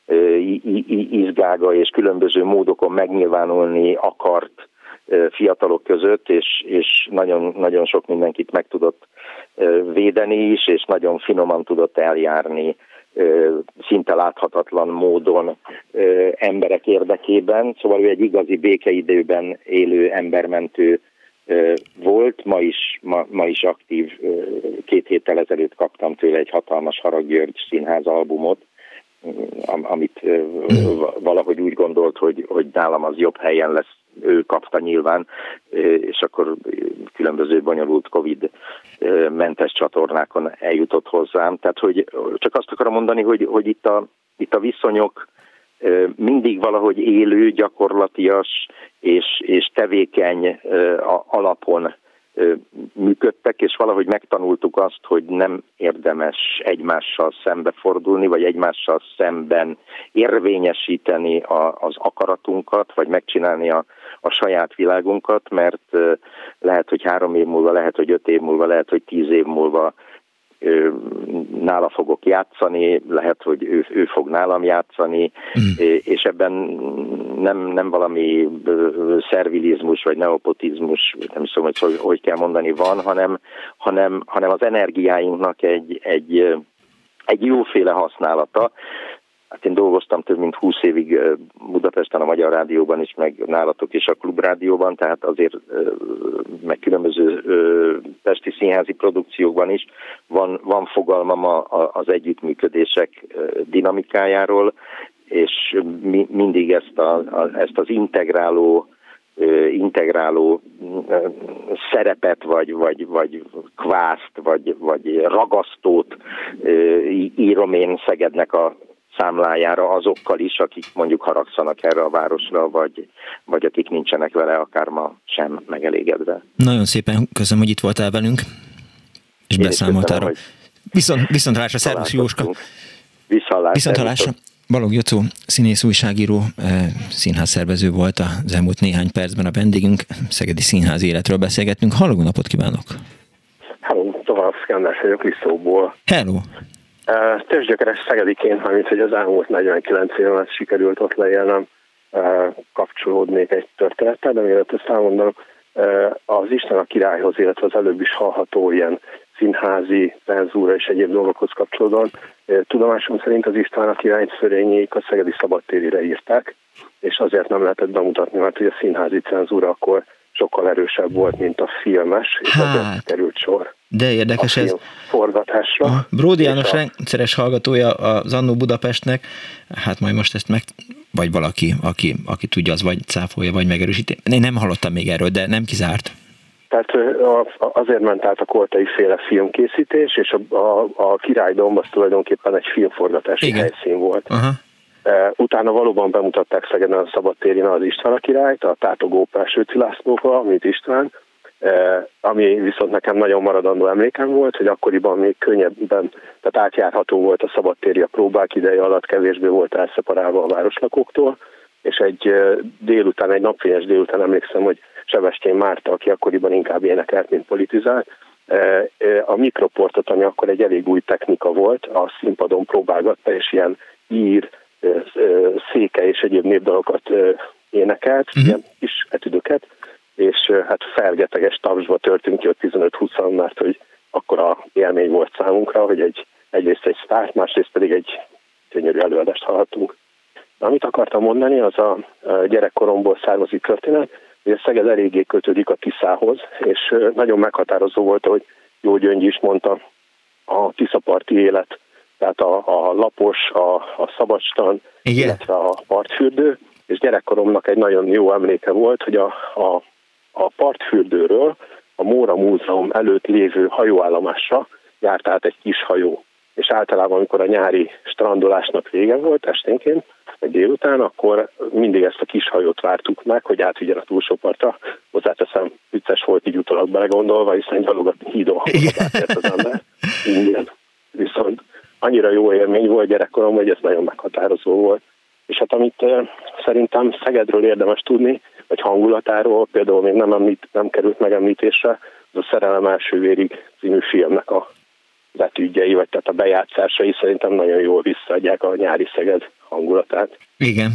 S13: izgága, és különböző módokon megnyilvánulni akart fiatalok között, és nagyon, nagyon sok mindenkit meg tudott védeni is, és nagyon finoman tudott eljárni szinte láthatatlan módon emberek érdekében. Szóval ő egy igazi békeidőben élő embermentő volt, ma is aktív. 2 héttel ezelőtt kaptam tőle egy hatalmas Harag György Színház albumot, amit valahogy úgy gondolt, hogy nálam az jobb helyen lesz, ő kapta nyilván, és akkor különböző bonyolult Covid-mentes csatornákon eljutott hozzám. Tehát, hogy csak azt akarom mondani, hogy itt a viszonyok mindig valahogy élő, gyakorlatias és tevékeny alapon működtek, és valahogy megtanultuk azt, hogy nem érdemes egymással szembefordulni, vagy egymással szemben érvényesíteni az akaratunkat, vagy megcsinálni a saját világunkat, mert lehet, hogy 3 év múlva, lehet, hogy 5 év múlva, lehet, hogy 10 év múlva nála fogok játszani, lehet, hogy ő fog nálam játszani, és ebben nem valami szervilizmus, vagy neopotizmus, nem tudom, hogy kell mondani van, hanem az energiáinknak egy jóféle használata. Hát én dolgoztam több mint 20 évig Budapesten, a Magyar Rádióban is, meg nálatok is a Klubrádióban, tehát azért meg különböző pesti színházi produkciókban is van fogalmam az együttműködések dinamikájáról, és mindig ezt az integráló szerepet, vagy kvászt, vagy ragasztót írom én Szegednek a számlájára azokkal is, akik mondjuk haragszanak erre a városra, vagy akik nincsenek vele akár ma sem megelégedve.
S2: Nagyon szépen köszönöm, hogy itt voltál velünk, és beszámoltál róla. Viszontlátásra, szervusz Jóska! Viszontlátásra! Balogh Jocó, színész, újságíró, színházszervező volt az elmúlt néhány percben a vendégünk. Szegedi színház életről beszélgettünk. Halló, napot kívánok!
S14: Hello, tovább Szkenders vagyok Lisztóból.
S2: Hello!
S14: Tőzsgyökeres szegediként, amit hogy az elmúlt 49 évet sikerült ott leélnem, kapcsolódnék egy történettel, de mielőtt ezt elmondom, az Isten a királyhoz, illetve az előbb is hallható ilyen színházi, cenzúra és egyéb dolgokhoz kapcsolódóan. Tudomásom szerint az István a királyt Szörényék a szegedi szabadtérire írták, és azért nem lehetett bemutatni, mert hogy a színházi cenzúra akkor sokkal erősebb volt, mint a filmes, és azért került sor.
S2: De érdekes ez.
S14: Forgatásra.
S2: Bródi János rendszeres hallgatója az Annó Budapestnek, hát majd most ezt vagy valaki, aki tudja, az vagy cáfolja, vagy megerősíti. Én nem hallottam még erről, de nem kizárt.
S14: Tehát azért ment át a Koltai féle filmkészítés, és a Királydomb az tulajdonképpen egy filmforgatási helyszín volt. Utána valóban bemutatták Szegeden a szabadtérén az István a királyt, a tátogó Pelsőci Lászlóval, mint István, ami viszont nekem nagyon maradandó emlékem volt, hogy akkoriban még könnyebben, tehát átjárható volt a szabadtéri a próbák ideje alatt, kevésbé volt elszeparálva a városlakóktól, és egy napfényes délután emlékszem, hogy Sebestyén Márta, aki akkoriban inkább énekelt, mint politizált, a mikroportot, ami akkor egy elég új technika volt, a színpadon próbálgatta, és ilyen ír, széke és egyéb népdalokat énekelt, ilyen kis etüdöket, és hát fergeteges tapsba törtünk ki ott 15-20-an, mert hogy akkora élmény volt számunkra, hogy egyrészt egy sztárt, másrészt pedig egy gyönyörű előadást hallhattunk. Amit akartam mondani, az a gyerekkoromból származik történet, hogy a Szeged eléggé kötődik a Tiszához, és nagyon meghatározó volt, hogy Jó Gyöngyi is mondta, a tiszaparti élet, tehát a lapos, a szabadstrand, illetve a partfürdő, és gyerekkoromnak egy nagyon jó emléke volt, hogy a partfürdőről a Móra Múzeum előtt lévő hajóállomásra járt át egy kis hajó. És általában, amikor a nyári strandolásnak vége volt esténként, meg délután, akkor mindig ezt a kis hajót vártuk meg, hogy átvigyen a túlsó partra. Hozzáteszem, vicces volt így utólag belegondolva, hiszen gyalogatni hídon átért az ember. Igen. Viszont annyira jó élmény volt gyerekkorom, hogy ez nagyon meghatározó volt. És hát amit szerintem Szegedről érdemes tudni, vagy hangulatáról, például még nem került megemlítésre, az a Szerelem első vérig című filmnek a betűgyei, vagy tehát a bejátszásai szerintem nagyon jól visszaadják a nyári Szeged hangulatát.
S2: Igen.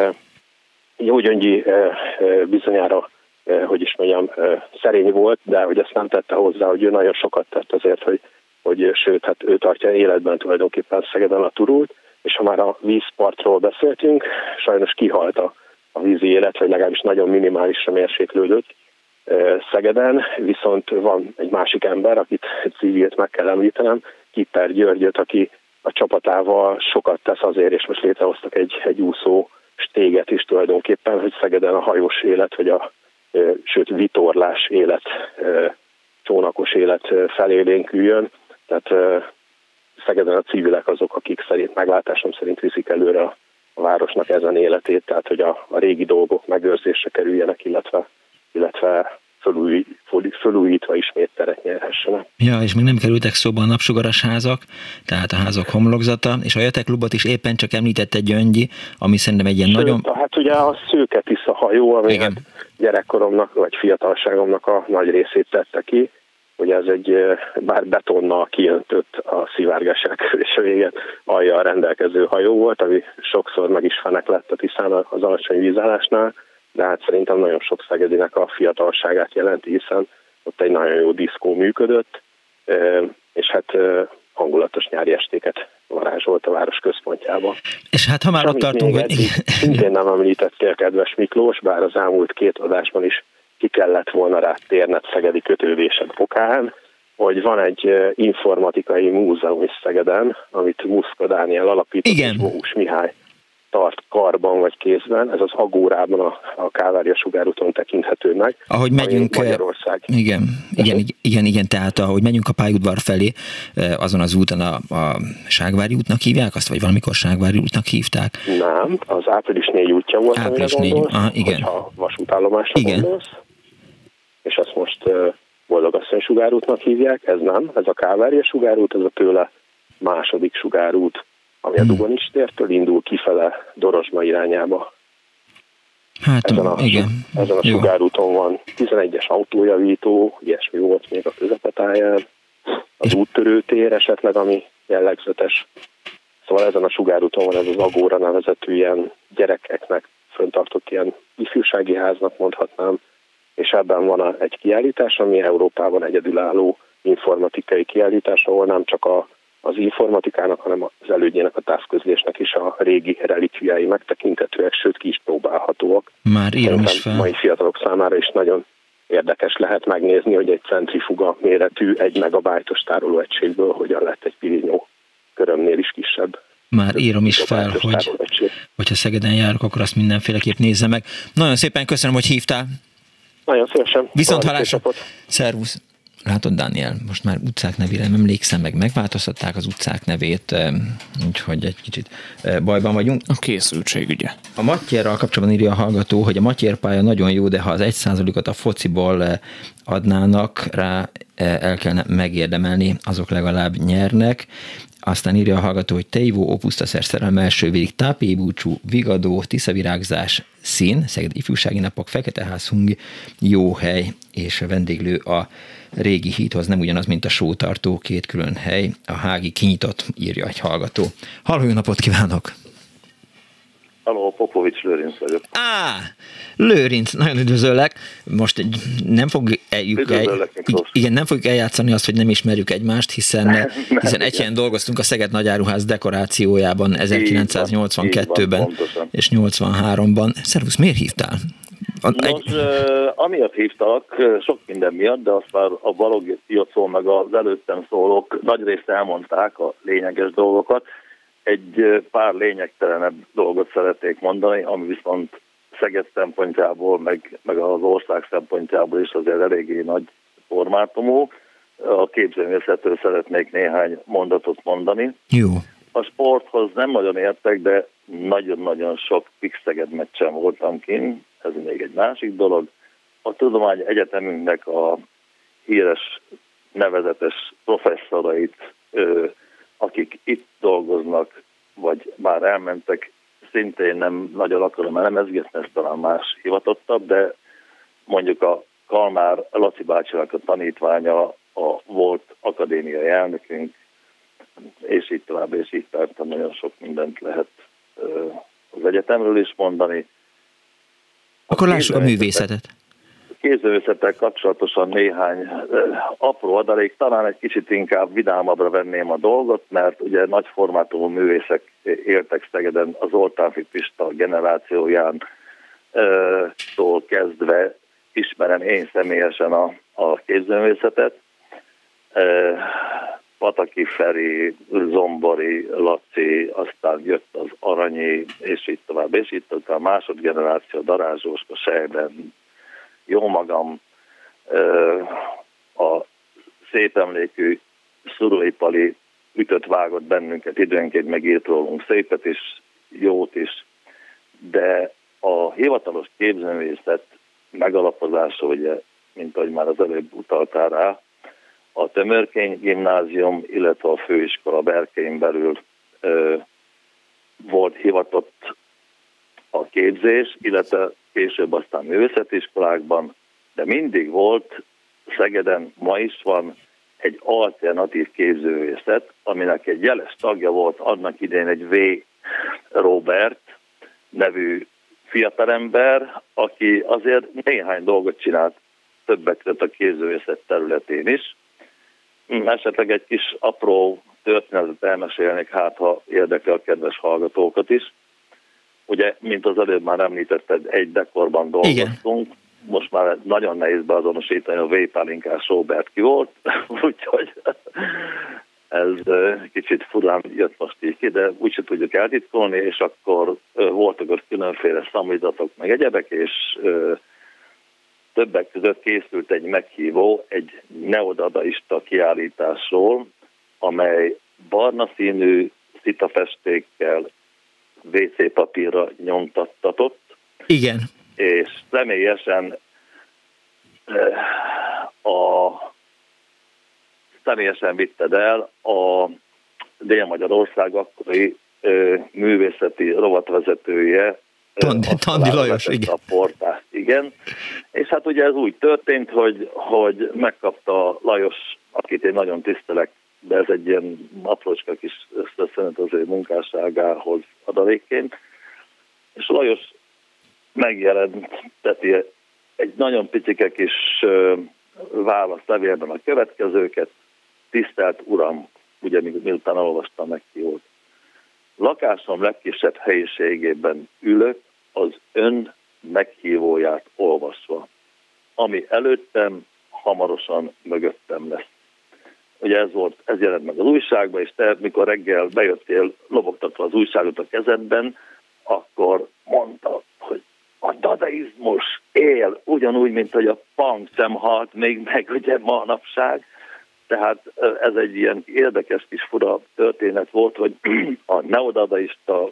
S14: Jó Gyöngyi bizonyára, hogy is mondjam, szerény volt, de hogy ezt nem tette hozzá, hogy ő nagyon sokat tett azért, hogy sőt, hát ő tartja életben tulajdonképpen Szegeden a turult, és ha már a vízpartról beszéltünk, sajnos kihalt a vízi élet, vagy legalábbis nagyon minimálisra mérséklődött Szegeden, viszont van egy másik ember, akit civilt meg kell említenem, Kipper Györgyöt, aki a csapatával sokat tesz azért, és most létrehoztak egy úszó stéget is tulajdonképpen, hogy Szegeden a hajós élet, vagy sőt vitorlás élet, csónakos élet felélénküljön. Tehát Szegeden a civilek azok, akik meglátásom szerint viszik előre a városnak ezen életét, tehát hogy a régi dolgok megőrzésre kerüljenek, illetve fölújítva ismét teret nyerhessenek.
S2: Ja, és még nem kerültek szóba a napsugaras házak, tehát a házak homlokzata, és a Jatek-klubot is éppen csak említette Gyöngyi, ami szerintem egy ilyen nagyon...
S14: Hát ugye a Szőke Tisza hajó, ami hát gyerekkoromnak, vagy fiatalságomnak a nagy részét tette ki, hogy ez egy bár betonnal kiöntött a szivárgás elkerülése véget aljal rendelkező hajó volt, ami sokszor meg is fenek lett a Tiszán az alacsony vízállásnál, de hát szerintem nagyon sok szegedinek a fiatalságát jelenti, hiszen ott egy nagyon jó diszkó működött, és hát hangulatos nyári estéket varázsolt a város központjában.
S2: És hát ha már ott tartunk, hogy...
S14: Szintén nem említettél, kedves Miklós, bár az elmúlt 2 adásban is ki kellett volna rá térned szegedi kötődésed okán, hogy van egy informatikai múzeum is Szegeden, amit Muszka Dániel alapított, és Bohus Mihály tart karban vagy kézben, ez az Agórában a Kávária sugárúton tekinthető meg.
S2: Ahogy megyünk,
S14: Magyarország.
S2: Igen, tehát ahogy megyünk a pályaudvar felé, azon az úton a Ságvári útnak hívják azt, vagy valamikor Ságvári útnak hívták?
S14: Nem, az április 4 útja volt,
S2: április 4, igen.
S14: Hogyha vasútállomásra gondolsz, és azt most Boldogasszony sugárútnak hívják, ez nem, ez a Kávária sugárút, ez a tőle második sugárút, ami a Dugonics tértől indul kifele Dorosma irányába.
S2: Hát,
S14: ezen a sugárúton van 11-es autójavító, ilyesmi volt még a közepetáján, az úttörőtér esetleg, ami jellegzetes. Szóval ezen a sugárúton van ez az Agóra nevezetű ilyen gyerekeknek föntartott ilyen ifjúsági háznak mondhatnám, és ebben van egy kiállítás, ami Európában egyedülálló informatikai kiállítás, ahol nem csak az informatikának, hanem az elődjének, a távközlésnek is a régi relikviái megtekinthetőek, sőt ki is próbálhatóak.
S2: Már írom is fel.
S14: Mai fiatalok számára is nagyon érdekes lehet megnézni, hogy egy centrifuga méretű 1 megabájtos tárolóegységből hogyan lett egy pirinyó körömnél is kisebb.
S2: Már írom is fel, hogyha Szegeden járok, akkor azt mindenféleképp nézze meg. Nagyon szépen köszönöm, hogy hívtál.
S14: Nagyon szívesen.
S2: Viszont hallásra. Szervusz. Látod, Dániel, most már utcák nevére nem emlékszem meg, megváltoztatták az utcák nevét, úgyhogy egy kicsit bajban vagyunk.
S3: A készültség, ugye?
S2: A Mattyérral kapcsolatban írja a hallgató, hogy a Mattyérpálya nagyon jó, de ha az 1%-ot a fociból adnának rá, el kellene megérdemelni, azok legalább nyernek. Aztán írja a hallgató, hogy Teivó, Opusztaszer, Szerelem első vérig, Tápébúcsú, Vigadó, Tiszavirágzás, Szín, Szeged ifjúsági napok, Feketeház, Hung, jó hely, és vendéglő a régi hídhoz, nem ugyanaz, mint a sótartó, 2 külön hely, a Hági kinyitott, írja egy hallgató. Halló, jó napot kívánok!
S15: Halló, Popovics Lőrinc vagyok.
S2: Lőrinc, nagyon üdvözöllek. Most nem fogjuk eljátszani azt, hogy nem ismerjük egymást, hiszen egy helyen dolgoztunk a Szeged Nagyáruház dekorációjában 1982-ben és 83-ban. Szervusz, miért hívtál?
S15: Amiatt hívtak, sok minden miatt, de azt már a Balogh Jocó meg az előttem szólók nagyrészt elmondták a lényeges dolgokat. Egy pár lényegtelenebb dolgot szeretnék mondani, ami viszont Szeged szempontjából, meg az ország szempontjából is azért eléggé nagy formátumú. A képzőművészetről szeretnék néhány mondatot mondani.
S2: Jó.
S15: A sporthoz nem nagyon értek, de nagyon-nagyon sok Pix-Szeged meccsen voltam kint, ez még egy másik dolog. A Tudomány Egyetemünknek a híres, nevezetes professzorait, akik itt dolgoznak, vagy már elmentek, szintén nem nagyon akarom elemezgetni, ez talán más hivatottabb, de mondjuk a Kalmár Laci bácsinak a tanítványa, a volt akadémiai elnökünk, és így tovább, és így persze nagyon sok mindent lehet az egyetemről is mondani.
S2: Akkor lássuk a művészetet.
S15: Képzőművészettel kapcsolatosan néhány apró adalék, talán egy kicsit inkább vidámabbra venném a dolgot, mert ugye nagyformátumú művészek éltek Szegeden az Zoltán Pista generációján tól kezdve ismerem én személyesen a képzőművészetet. Pataki Feri, Zombori, Laci, aztán jött az Aranyi, és így tovább, és itt a másodgeneráció, Darázs Zsóska, Sejben, jó magam, a szép emlékű Szurui Pali ütött-vágott bennünket, időnként megírt rólunk szépet is, jót is, de a hivatalos képzőművészet megalapozása, ugye, mint ahogy már az előbb utaltál rá, a Tömörkény gimnázium, illetve a főiskola Berkein belül volt hivatott a képzés, illetve később aztán művészeti iskolákban, de mindig volt, Szegeden ma is van egy alternatív képzőművészet, aminek egy jeles tagja volt annak idején egy V. Robert nevű fiatalember, aki azért néhány dolgot csinált többek között a képzőművészet területén is. Esetleg egy kis apró történetet elmesélnék, hát ha érdekel a kedves hallgatókat is. Ugye, mint az előbb már említetted, egy dekorban dolgoztunk. Igen. Most már nagyon nehéz beazonosítani, a V. Pálinkás Robert ki volt, úgyhogy ez kicsit furán jött most így ki, de úgyse tudjuk eltitkolni, és akkor voltak ott különféle számítatok, meg egyebek, és többek között készült egy meghívó egy neodadaista kiállításról, amely barna színű szitafestékkel WC papírra nyomtattatott.
S2: Igen.
S15: És személyesen vitted el a Dél-Magyarország akkori művészeti rovatvezetője,
S2: Tandi Lajos, igen.
S15: A portást, igen. És hát ugye ez úgy történt, hogy megkapta Lajos, akit én nagyon tisztelek, de ez egy ilyen aprócska kis összeszönet az ő munkásságához adalékként. És Lajos megjelenteti egy nagyon picike kis válaszlevélben a következőket. Tisztelt Uram, ugye miután olvastam meghívót. Lakásom legkisebb helyiségében ülök, az ön meghívóját olvasva, ami előttem, hamarosan mögöttem lesz. Ugye ez jelent meg az újságban, és te, mikor reggel bejöttél lobogtatva az újságot a kezedben, akkor mondta, hogy a dadaizmus él, ugyanúgy, mint hogy a punk sem halt még meg, ugye manapság. Tehát ez egy ilyen érdekes kis fura történet volt, hogy a neodadaista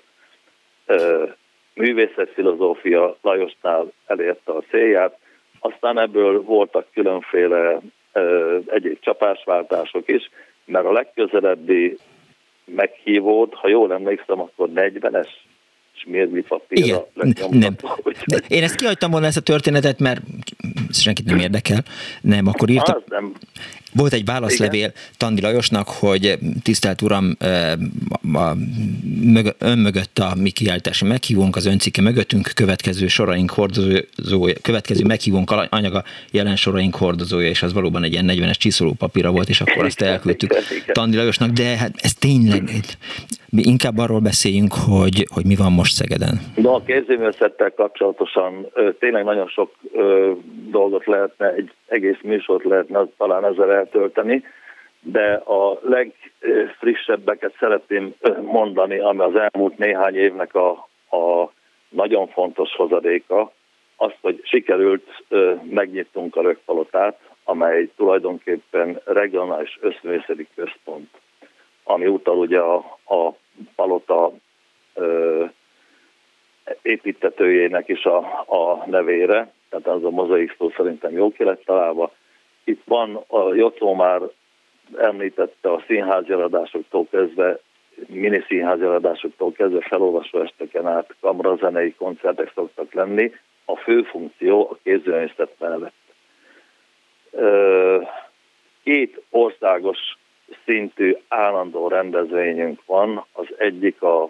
S15: művészetfilozófia Lajosnál elérte a célját, aztán ebből voltak különféle egyéb csapásváltások is, mert a legközelebbi meghívót, ha jól emlékszem, akkor 40-es smérli papírra.
S2: Nem. Én ezt kihagytam volna ezt a történetet, mert senkit nem érdekel. Nem, akkor írtak... Volt egy válaszlevél Tandi Lajosnak, hogy tisztelt uram, ön mögött a mi kiállítási meghívónk, az öncikke mögöttünk, következő meghívónk anyaga jelen soraink hordozója, és az valóban egy ilyen 40-es csiszolópapírra volt, és akkor azt elküldtük Tandi Lajosnak, de hát ez tényleg, mi inkább arról beszéljünk, hogy mi van most Szegeden.
S15: De a kézművészettel kapcsolatosan tényleg nagyon sok dolgot lehetne, egy egész műsort lehetne talán ezzel eltölteni, de a legfrissebbeket szeretném mondani, ami az elmúlt néhány évnek a nagyon fontos hozadéka, az, hogy sikerült megnyitnunk a Rökkpalotát, amely tulajdonképpen regionális összművészeti központ, ami utal ugye a palota építetőjének is a nevére, tehát az a mozaik szó szerintem jól ki lett találva. Itt van, a Jocó már említette a színházi eladásoktól kezdve, miniszínházi eladásoktól kezdve felolvasó esteken át kamrazenei koncertek szoktak lenni. A fő funkció a kézművészet mellett. Két országos szintű állandó rendezvényünk van, az egyik a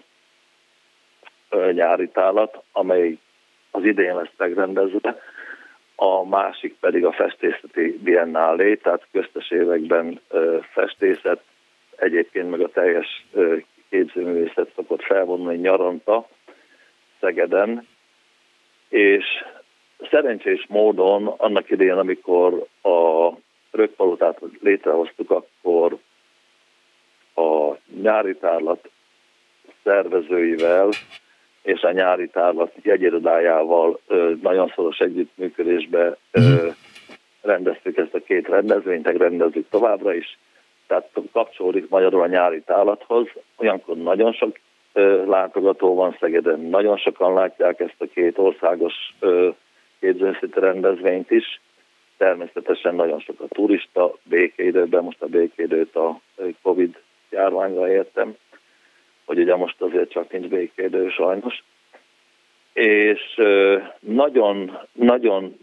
S15: nyári tálat, amely az idén lesz megrendezve, a másik pedig a festészeti biennálé, tehát köztes években festészet, egyébként meg a teljes képzőművészet szokott felvonulni nyaranta Szegeden, és szerencsés módon annak idején, amikor a Rökkpalotát létrehoztuk, akkor a nyári tárlat szervezőivel és a nyári tárlat jegyirodájával nagyon szoros együttműködésben rendeztük ezt a két rendezvényt, rendezzük továbbra is. Tehát kapcsolódik magyarul a nyári tárlathoz. Olyankor nagyon sok látogató van Szegeden, nagyon sokan látják ezt a két országos képzőművészeti rendezvényt is. Természetesen nagyon sok a turista, békeidőben, most a békeidőt a Covid járványra értem, hogy ugye most azért csak nincs békeidő sajnos. És nagyon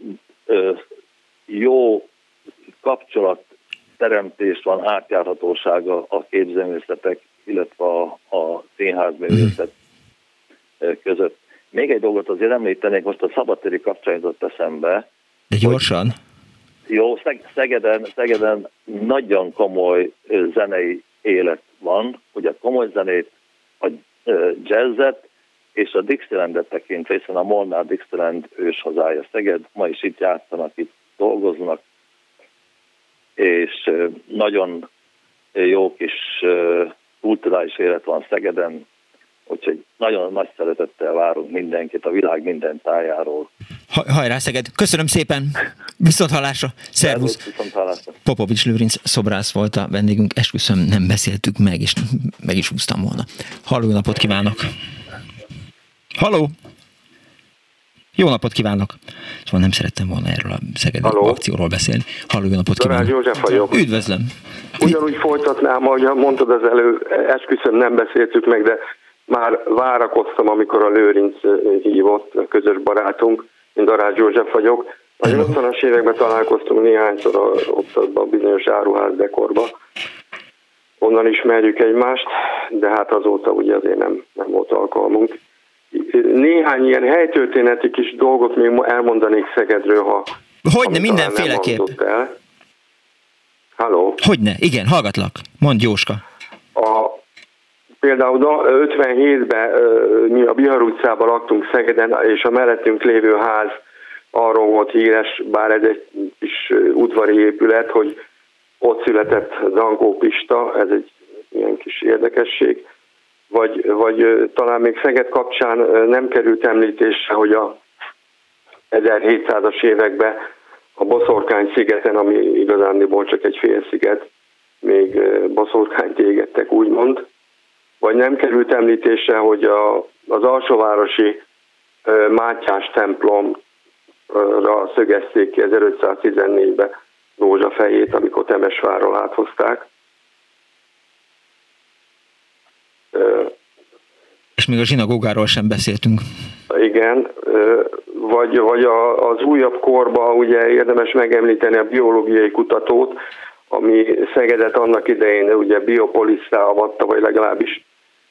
S15: jó kapcsolatteremtés van, átjárhatósága a képzőművészetek, illetve a színházművészet között. Még egy dolgot azért említenék, most a szabadtéri kapcsán jutott eszembe.
S2: De gyorsan?
S15: Jó, Szegeden nagyon komoly zenei élet van, ugye komoly zenét, a jazzet és a Dixielandet tekintve, hiszen a Molnár Dixieland őshazája Szeged, ma is itt játszanak, itt dolgoznak, és nagyon jó kis kulturális élet van Szegeden, úgyhogy nagyon nagy szeretettel várunk mindenkit a világ minden tájáról.
S2: Hajrá Szeged! Köszönöm szépen! Viszonthallásra! Szervusz! Popovics Lőrinc szobrász volt a vendégünk, esküszöm nem beszéltük meg, és meg is húztam volna. Halló, jó napot kívánok! Halló! Jó napot kívánok! Szóval nem szerettem volna erről a szegedi akcióról beszélni. Halló, jó napot kívánok!
S16: Darázs József vagyok.
S2: Üdvözlöm!
S16: Ugyanúgy folytatnám, ahogy mondtad az esküszöm nem beszéltük meg, de már várakoztam, amikor a Lőrinc hívott, a közös barátunk, én Darázs József vagyok. A 80-as években találkoztunk néhányszor ott a bizonyos áruház dekorba. Onnan ismerjük egymást, de hát azóta ugye azért nem volt alkalmunk. Néhány ilyen helytörténeti kis dolgot még elmondanék Szegedről, ha...
S2: Hogyne, mindenféleképp.
S16: Halló?
S2: Hogyne, igen, hallgatlak. Mondd, Jóska.
S16: Például 57-ben mi a Bihar utcában laktunk Szegeden, és a mellettünk lévő ház arról volt híres, bár ez egy kis udvari épület, hogy ott született Dankó Pista, ez egy ilyen kis érdekesség. Vagy talán még Szeged kapcsán nem került említésre, hogy a 1700-as években a Boszorkány-szigeten, ami igazándiból csak egy félsziget, még boszorkányt égettek, úgymond. Vagy nem került említésre, hogy az alsóvárosi Mátyás templomra szögezték ki 1514-ben Rózsa fejét, amikor Temesvárról áthozták.
S2: És még a zsinagógáról sem beszéltünk.
S16: Igen, vagy az újabb korban ugye érdemes megemlíteni a biológiai kutatót, ami Szegedet annak idején ugye biopolisszá avatta, vagy legalábbis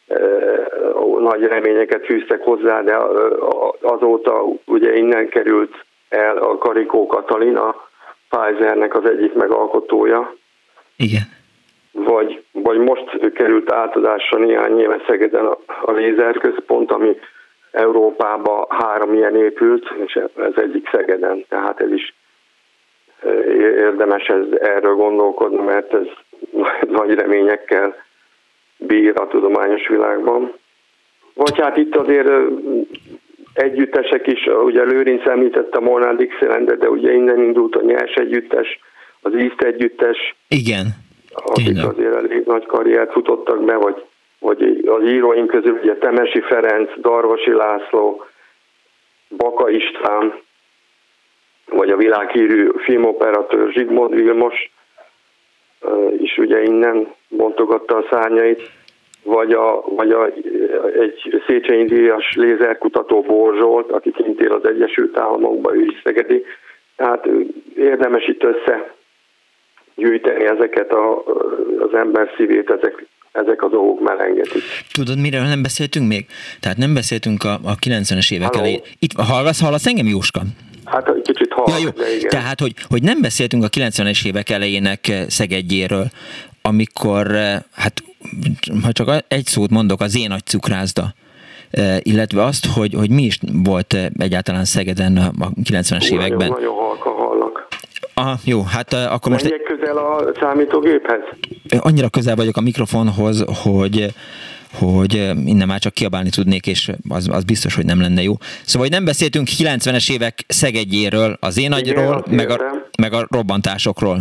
S16: nagy reményeket fűztek hozzá, de azóta ugye innen került el a Karikó Katalin, a Pfizernek az egyik megalkotója.
S2: Igen.
S16: Vagy most került átadásra néhány éve Szegeden a lézerközpont, ami Európában 3 ilyen épült, és ez egyik Szegeden, tehát ez is érdemes erről gondolkodni, mert ez nagy reményekkel bír a tudományos világban. Vagy hát itt azért együttesek is, ugye Lőrinc említette a Molnár Dixielandet, de ugye innen indult a Nyers együttes, az East együttes.
S2: Igen.
S16: Akik azért elég nagy karriert futottak be, vagy az íróink közül ugye Temesi Ferenc, Darvasi László, Baka István, vagy a világhírű filmoperatőr Zsigmond Vilmos is ugye innen bontogatta a szárnyait, vagy egy Széchenyi díjas lézerkutató Borzsolt, aki kint él az Egyesült Államokban, ő is szegedi. Tehát érdemes itt összegyűjteni ezeket az ember szívét, ezek a dolgok melengetik.
S2: Tudod, miről nem beszéltünk még? Tehát nem beszéltünk a 90-es évek elején. Itt hallasz engem, Jóska?
S16: Hát egy kicsit hallok,
S2: ja,
S16: de igen.
S2: Tehát, hogy nem beszéltünk a 90-es évek elejének Szegedjéről, amikor, hát ha csak egy szót mondok, az Én nagy cukrászda, illetve azt, hogy mi is volt egyáltalán Szegeden a 90-es években.
S16: Nagyon halkan hallak.
S2: Aha, jó, hát akkor most...
S16: Menjek közel a számítógéphez?
S2: Annyira közel vagyok a mikrofonhoz, hogy innen már csak kiabálni tudnék, és az biztos, hogy nem lenne jó. Szóval, hogy nem beszéltünk 90-es évek Szegedjéről, az Én nagyról, meg a robbantásokról.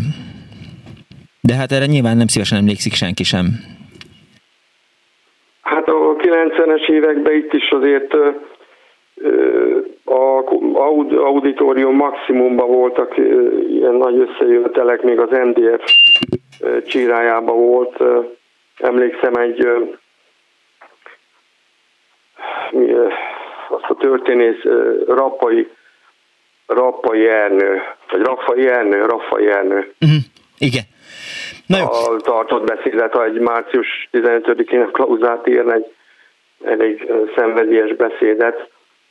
S2: De hát erre nyilván nem szívesen emlékszik senki sem.
S16: Hát a 90-es években itt is azért a auditorium maximumban voltak ilyen nagy összejövetelek, még az MDF csírájában volt. Emlékszem azt a történész Rappai Ernő, vagy Raffai Ernő.
S2: Igen.
S16: Tartott beszédet, egy március 15-én Klauzát írni, egy elég szenvedélyes beszédet,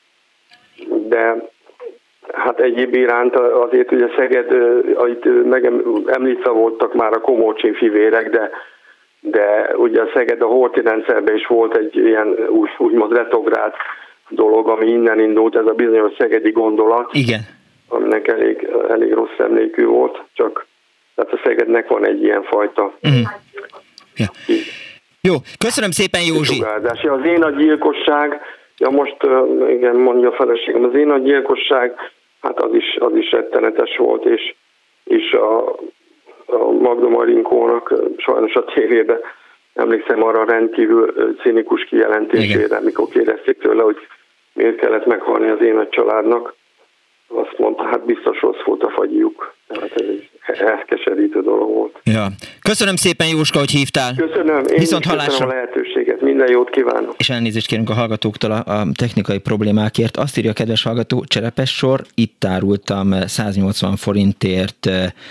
S16: de hát egyéb iránt azért ugye Szeged, itt említve voltak már a Komócsin fivérek, de ugye a Szeged a Horthy rendszerben is volt egy ilyen úgymond retrográd dolog, ami innen indult, ez a bizonyos szegedi gondolat.
S2: Igen.
S16: Aminek elég rossz emlékű volt, csak tehát a Szegednek van egy ilyen fajta.
S2: Ja. Jó, köszönöm szépen, Józsi.
S16: Az Én a gyilkosság, most igen, mondja a feleségem, az Én a gyilkosság, hát az is rettenetes volt, és a Magda Marinkónak sajnos a tévében emlékszem arra a rendkívül cinikus kijelentésére, igen. Mikor kérdezték tőle, hogy miért kellett meghalni az Én a családnak, azt mondta, hát biztos rossz volt a fagyiuk. Tehát ez egy elkeserítő dolog volt.
S2: Ja. Köszönöm szépen, Jóska, hogy hívtál.
S16: Köszönöm, én
S2: Viszont
S16: is köszönöm a lehetőséget. Minden jót kívánok.
S2: És elnézést kérünk a hallgatóktól a technikai problémákért. Azt írja a kedves hallgató, Cserepes sor, itt árultam 180 forintért,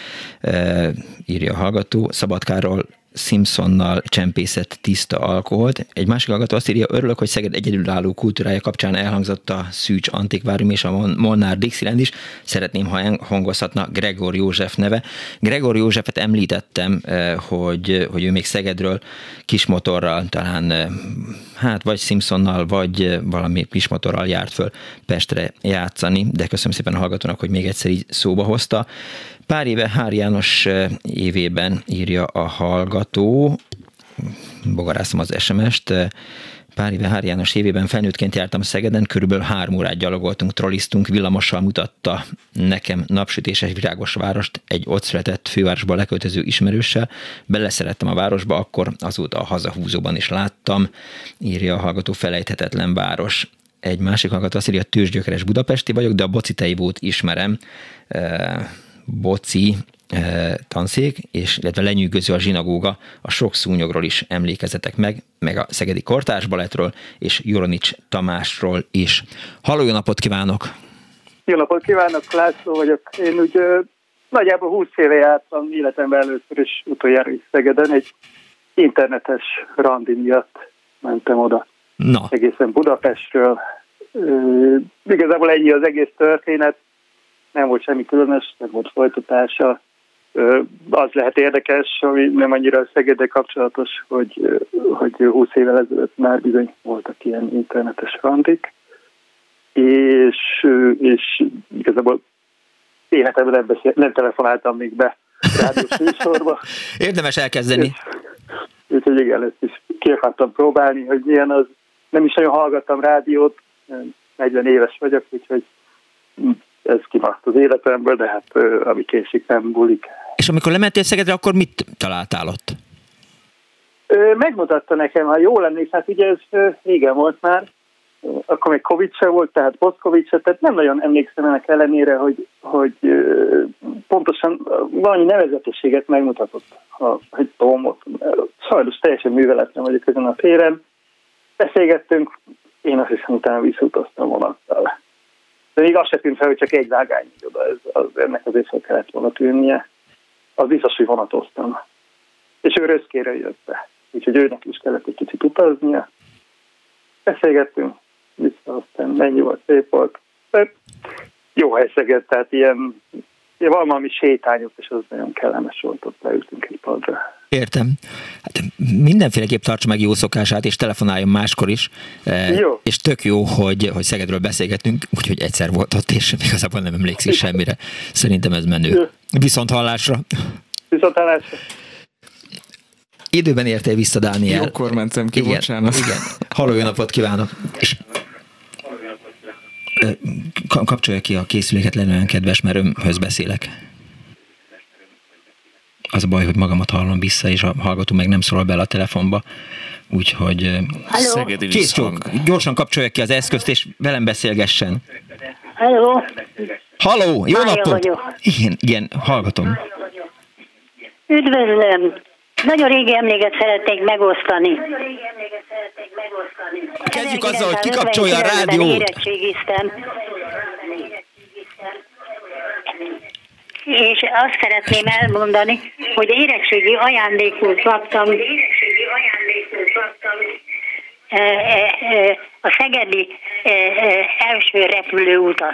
S2: írja a hallgató, Szabadkáról Simpsonnal csempészett tiszta alkoholt. Egy másik hallgató azt írja, örülök, hogy Szeged egyedülálló kultúrája kapcsán elhangzott a Szűcs Antikvárium és a Molnár Dixieland is. Szeretném, ha hangozhatna Gregor József neve. Gregor Józsefet említettem, hogy ő még Szegedről kismotorral, talán hát vagy Simpsonnal, vagy valami kismotorral járt föl Pestre játszani, de köszönöm szépen a hallgatónak, hogy még egyszer így szóba hozta. Pár éve Hár János évében, írja a hallgató, bogarászom az SMS-t, pár éve Hár János évében felnőttként jártam Szegeden, körülbelül 3 órát gyalogoltunk, trolliztunk, villamossal mutatta nekem napsütéses virágos várost egy ott született fővárosba leköltöző ismerőssel. Beleszerettem a városba, akkor azóta a hazahúzóban is láttam, írja a hallgató, felejthetetlen város. Egy másik hallgató azt írja, tőzsgyökeres budapesti vagyok, de a Boci Teivót ismerem. Boci tanszék, illetve lenyűgöző a zsinagóga, a sok szúnyogról is emlékezetek meg a Szegedi Kortárs Balettről, és Joronics Tamásról is. Halló, jó napot kívánok!
S17: Jó napot kívánok, László vagyok. Én úgy nagyjából 20 éve jártam életemben először is utoljára is Szegeden, egy internetes randi miatt mentem oda.
S2: Na.
S17: Egészen Budapestről. Igazából ennyi az egész történet, nem volt semmi különös, nem volt folytatása. Az lehet érdekes, ami nem annyira a Szegeddel kapcsolatos, hogy 20 évvel ezelőtt már bizony voltak ilyen internetes randik, és igazából életemben nem telefonáltam még be rádiós műsorba.
S2: Érdemes elkezdeni.
S17: Úgyhogy igen, ezt is ki akartam próbálni, hogy milyen az. Nem is nagyon hallgattam rádiót, 40 éves vagyok, úgyhogy ez kimaradt az életemből, de hát ami késik nem múlik.
S2: És amikor lementél Szegedre, akkor mit találtál ott?
S17: Megmutatta nekem, ha jól emlékszem, hát ugye ez régen volt már, akkor még Covid se volt, tehát post-Covid se, tehát nem nagyon emlékszem ennek ellenére, hogy pontosan valami nevezetességet megmutatott, egy tomot. Sajnos teljesen műveletlen vagyok ezen a téren. Beszélgettünk, én azt hiszem utána visszautaztam vonattal. De még azt se tűnt fel, hogy csak egy vágány oda, ennek azért fel kellett volna tűnnie. Az biztos, hogy vonatoztam. És ő Röszkére jött be. Úgyhogy őnek is kellett egy kicsit utaznia. Beszélgettünk, vissza aztán mennyi volt, szép volt. De jó hely Szeged, tehát ilyen valami sétányos, és az nagyon kellemes volt, ott leültünk egy padra.
S2: Értem. Hát mindenféleképp tartsa meg jó szokását, és telefonáljon máskor is.
S17: Jó.
S2: És tök jó, hogy Szegedről beszélgetünk, úgyhogy egyszer volt ott, és igazából nem emlékszik semmire. Szerintem ez menő. Jó. Viszont hallásra.
S17: Viszont hallásra.
S2: Időben értél vissza, Dániel.
S3: Jókor mentem ki,
S2: igen,
S3: bocsánat.
S2: Igen. Halló, jó napot kívánok. És kapcsolja ki a készüléket, lenni olyan kedves, mert önhöz beszélek. Az a baj, hogy magamat hallom vissza, és a hallgató meg nem szólal bele a telefonba. Úgyhogy kész csók, gyorsan kapcsolja ki az eszközt, és velem beszélgessen.
S18: Halló.
S2: Halló, jó
S18: Mária
S2: napot!
S18: vagyok.
S2: Igen, hallgatom.
S18: Üdvözlöm. Nagyon régi emléket szeretnék megosztani.
S2: Kezdjük azzal, hogy kikapcsolja a rádiót.
S18: Érettségiztem. És azt szeretném elmondani, hogy érettségi ajándékul kaptam a szegedi első repülőutat.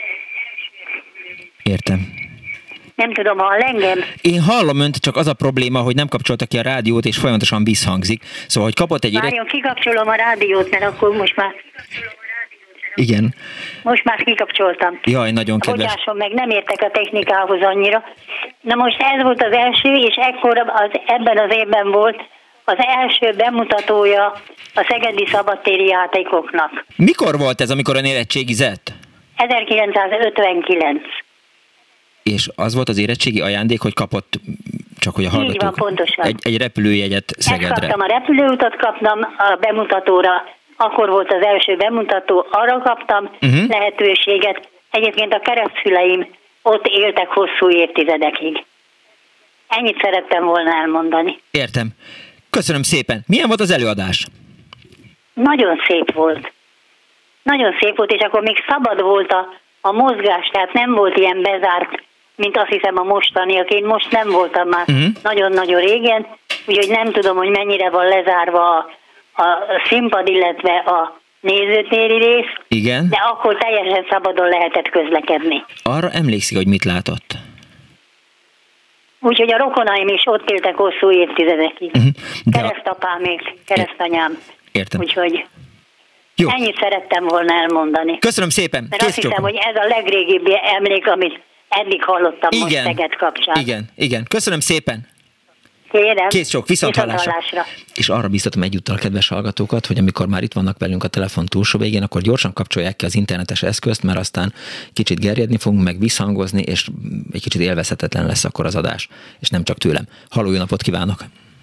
S2: Értem.
S18: Nem tudom, hall engem?
S2: Én hallom önt, csak az a probléma, hogy nem kapcsolta ki a rádiót, és folyamatosan visszhangzik. Szóval, hogy kapott egy...
S18: Várjon, kikapcsolom a rádiót, mert akkor most már...
S2: Igen.
S18: Most már kikapcsoltam.
S2: Jaj, nagyon kedves.
S18: Bocsásom meg, nem értek a technikához annyira. Na most ez volt az első, és ekkor ebben az évben volt az első bemutatója a szegedi szabadtéri játékoknak.
S2: Mikor volt ez, amikor ön érettségizett?
S18: 1959.
S2: És az volt az érettségi ajándék, hogy kapott, csak hogy a hallgatók...
S18: Így van, pontosan.
S2: Egy repülőjegyet Szegedre.
S18: Ezt kaptam, a repülőutat kaptam a bemutatóra, akkor volt az első bemutató, arra kaptam lehetőséget. Egyébként a keresztszüleim ott éltek hosszú évtizedekig. Ennyit szerettem volna elmondani.
S2: Értem. Köszönöm szépen. Milyen volt az előadás?
S18: Nagyon szép volt. Nagyon szép volt, és akkor még szabad volt a mozgás, tehát nem volt ilyen bezárt, mint azt hiszem a mostaniak. Én most nem voltam már nagyon-nagyon régen, úgyhogy nem tudom, hogy mennyire van lezárva a színpad, illetve a nézőtéri rész.
S2: Igen.
S18: De akkor teljesen szabadon lehetett közlekedni.
S2: Arra emlékszik, hogy mit látott?
S18: Úgyhogy a rokonaim is ott éltek hosszú évtizedekig. Keresztapám és keresztanyám.
S2: Értem.
S18: Úgyhogy
S2: jó.
S18: Ennyit szerettem volna elmondani.
S2: Köszönöm szépen.
S18: Mert azt hiszem, hogy ez a legrégebbi emlék, amit eddig hallottam
S2: igen.
S18: most Szeged kapcsán.
S2: Igen. Köszönöm szépen.
S18: Kérem.
S2: Kész sok, viszonthallásra. És arra biztatom egyúttal a kedves hallgatókat, hogy amikor már itt vannak velünk a telefon túlsó végén, akkor gyorsan kapcsolják ki az internetes eszközt, mert aztán kicsit gerjedni fogunk, meg visszhangozni, és egy kicsit élvezhetetlen lesz akkor az adás, és nem csak tőlem. Halló, jó napot kívánok!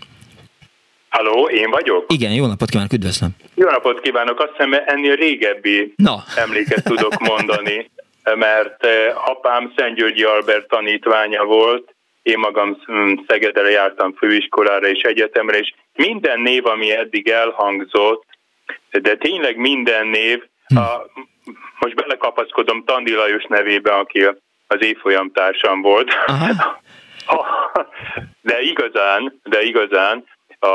S19: Halló, én vagyok?
S2: Igen, jó napot kívánok, üdvözlöm!
S19: Jó napot kívánok, azt hiszem ennél régebbi emléket tudok mondani, mert apám Szentgyörgyi Albert tanítványa volt, én magam Szegedre jártam főiskolára és egyetemre, és minden név, ami eddig elhangzott, de tényleg minden név, most kapaszkodom Tandi Lajos nevébe, aki az évfolyam társam volt. De igazán,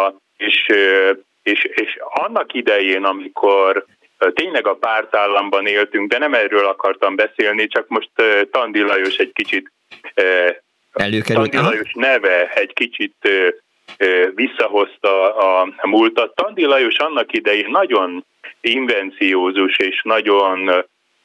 S19: és annak idején, amikor tényleg a pártállamban éltünk, de nem erről akartam beszélni, csak most Tandi Lajos egy kicsit,
S2: előkerült.
S19: Tandi Lajos neve egy kicsit visszahozta a múltat. Tandi Lajos annak idején nagyon invenciózus és nagyon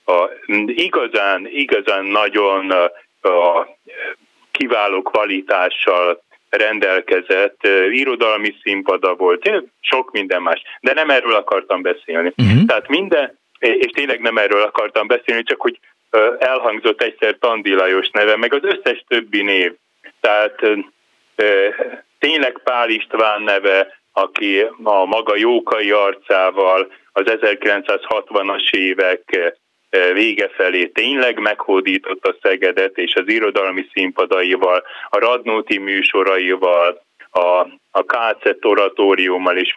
S19: igazán nagyon kiváló kvalitással rendelkezett, irodalmi színpada volt, sok minden más, de nem erről akartam beszélni. Tehát és tényleg nem erről akartam beszélni, csak hogy elhangzott egyszer Tandi Lajos neve, meg az összes többi név. Tehát tényleg Pál István neve, aki a maga jókai arcával az 1960-as évek vége felé tényleg meghódította Szegedet, és az irodalmi színpadaival, a Radnóti műsoraival, a KZ oratóriummal, és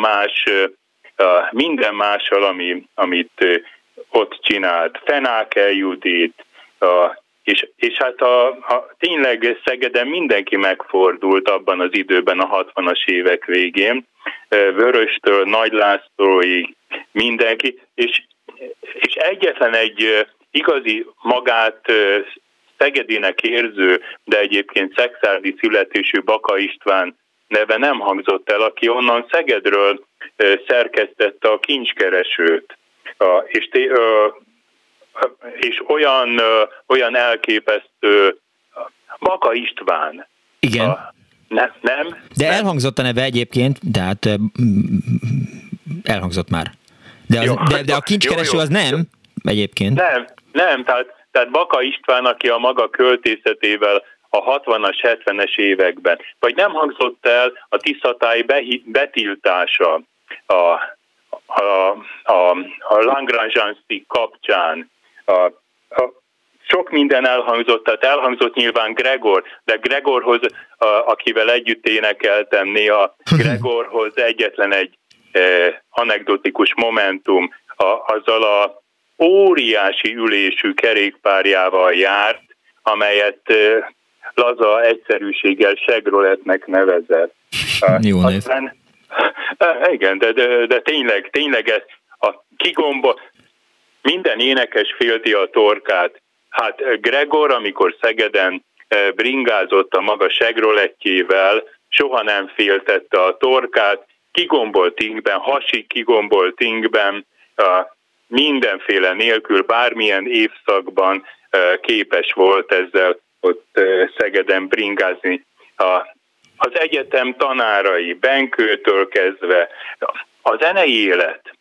S19: minden mással, amit ott csinált. Fenákel Judit, és hát tényleg Szegeden mindenki megfordult abban az időben, a 60-as évek végén, Vöröstől Nagy Lászlóig mindenki, és egyetlen egy igazi magát szegedinek érző, de egyébként szekszárdi születésű Baka István neve nem hangzott el, aki onnan Szegedről szerkesztette a Kincskeresőt. És olyan elképesztő Baka István.
S2: Igen.
S19: Nem?
S2: De elhangzott a neve egyébként, tehát elhangzott már. De a Kincskereső az nem, egyébként.
S19: Nem, tehát Baka István, aki a maga költészetével a 60-as, 70-es években, vagy nem hangzott el a Tiszatáj betiltása a Lagrange-Anstick kapcsán, sok minden elhangzott, tehát elhangzott nyilván Gregor, de Gregorhoz, akivel együtt énekeltem néha, Gregorhoz egyetlen egy anekdotikus momentum, azzal a óriási ülésű kerékpárjával járt, amelyet laza egyszerűséggel Chevroletnek nevezett.
S2: Jó név.
S19: Igen, de tényleg ez a kigomba, minden énekes félti a torkát. Hát Gregor, amikor Szegeden bringázott a maga Chevroletjével, soha nem féltette a torkát, kigombolt ingben, hasig kigombolt ingben, mindenféle nélkül, bármilyen évszakban képes volt ezzel ott Szegeden bringázni. Az egyetem tanárai, Benkőtől kezdve, a zenei élet,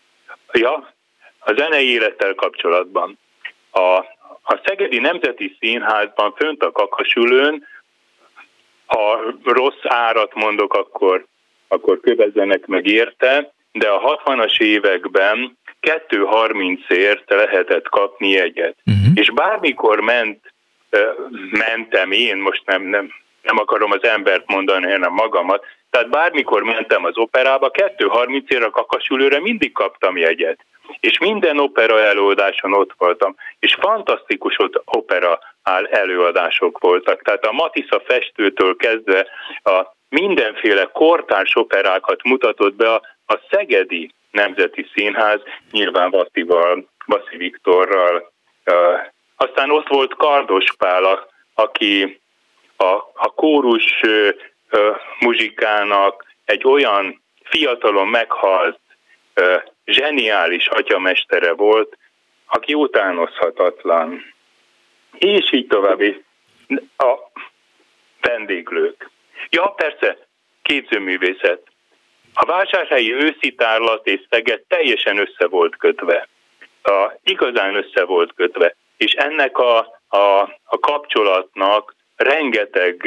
S19: a zenei élettel kapcsolatban. A Szegedi Nemzeti Színházban fönt a Kakasülőn, ha rossz árat mondok, akkor kövezzenek meg érte, de a 60-as években 2.30-ért lehetett kapni jegyet. És bármikor mentem én, most nem akarom az embert mondani, hanem magamat, tehát bármikor mentem az operába, 2.30-ért a Kakasülőre mindig kaptam jegyet. És minden opera előadáson ott voltam. És fantasztikus opera előadások voltak. Tehát a Matisza festőtől kezdve a mindenféle kortárs operákat mutatott be a Szegedi Nemzeti Színház, nyilván Vaszi Viktorral. Aztán ott volt Kardos Pál, aki a kórus muzsikának egy olyan fiatalon meghalt, zseniális atyamestere volt, aki utánozhatatlan. És így tovább, a vendéglők. Ja, persze, képzőművészet. A vásárhelyi őszi tárlat és Szeged teljesen össze volt kötve. Igazán össze volt kötve. És ennek a kapcsolatnak rengeteg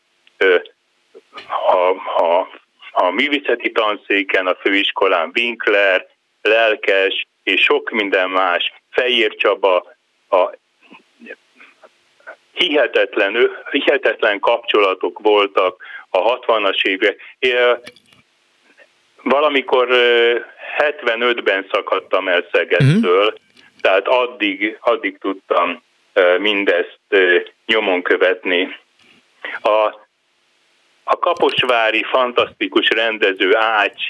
S19: a művészeti tanszéken, a főiskolán Winkler, Lelkes és sok minden más, Fejér Csaba, a hihetetlen kapcsolatok voltak a 60-as évek. Valamikor 75-ben szakadtam el Szegedtől, Tehát addig tudtam mindezt nyomon követni. A kaposvári fantasztikus rendező Ács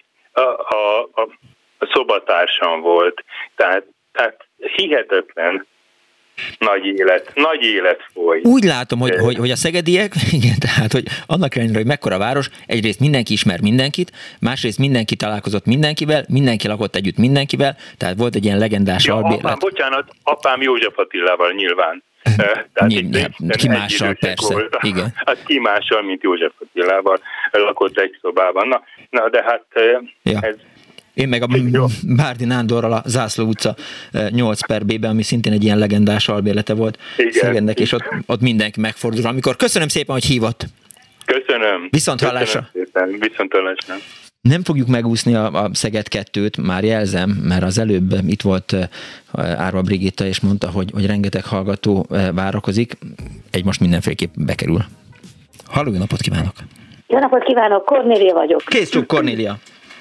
S19: a szobatársam volt. Tehát hihetetlen nagy élet folyt.
S2: Úgy látom, hogy a szegediek, igen, tehát, hogy annak ellenére, hogy mekkora város, egyrészt mindenki ismer mindenkit, másrészt mindenki találkozott mindenkivel, mindenki lakott együtt mindenkivel, tehát volt egy ilyen legendás albérlet.
S19: Apám József Attilával nyilván.
S2: Ki mással, persze. Igen.
S19: Hát ki mással, mint József Attilával lakott egy szobában. Na de hát ez...
S2: Én meg a Bárdi Nándorral a Zászló utca 8/B-ben, ami szintén egy ilyen legendás albérlete volt Szegednek, és ott mindenki megfordul. Amikor köszönöm szépen, hogy hívott.
S19: Köszönöm.
S2: Viszonthallásra.
S19: Viszonthallásra.
S2: Nem fogjuk megúszni a Szeged 2-t, már jelzem, mert az előbb itt volt Árva Brigitta, és mondta, hogy rengeteg hallgató várakozik. Most mindenféleképp bekerül. Halló, jó napot kívánok!
S18: Jó napot kívánok, Kornélia vagyok.
S2: Kész csuk, Kornélia!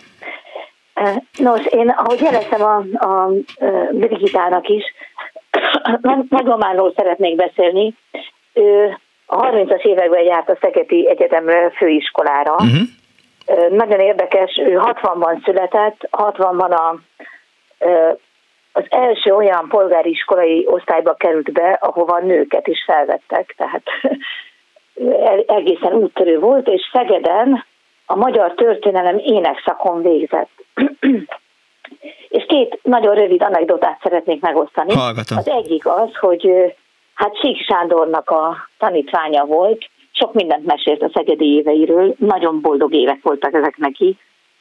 S18: Nos, én, ahogy jeleztem a Brigittának is, nagymamáról szeretnék beszélni. Ő a 30-as években járt a Szegedi Egyetemre főiskolára. Nagyon érdekes, ő 60-ban született, 60-ban az első olyan polgári iskolai osztályba került be, ahova nőket is felvettek, tehát egészen úttörő volt, és Szegeden a magyar történelem énekszakon végzett. És 2 nagyon rövid anekdotát szeretnék megosztani.
S2: Hallgatom.
S18: Az egyik az, hogy hát Sík Sándornak a tanítványa volt, sok mindent mesélt a szegedi éveiről, nagyon boldog évek voltak ezek neki.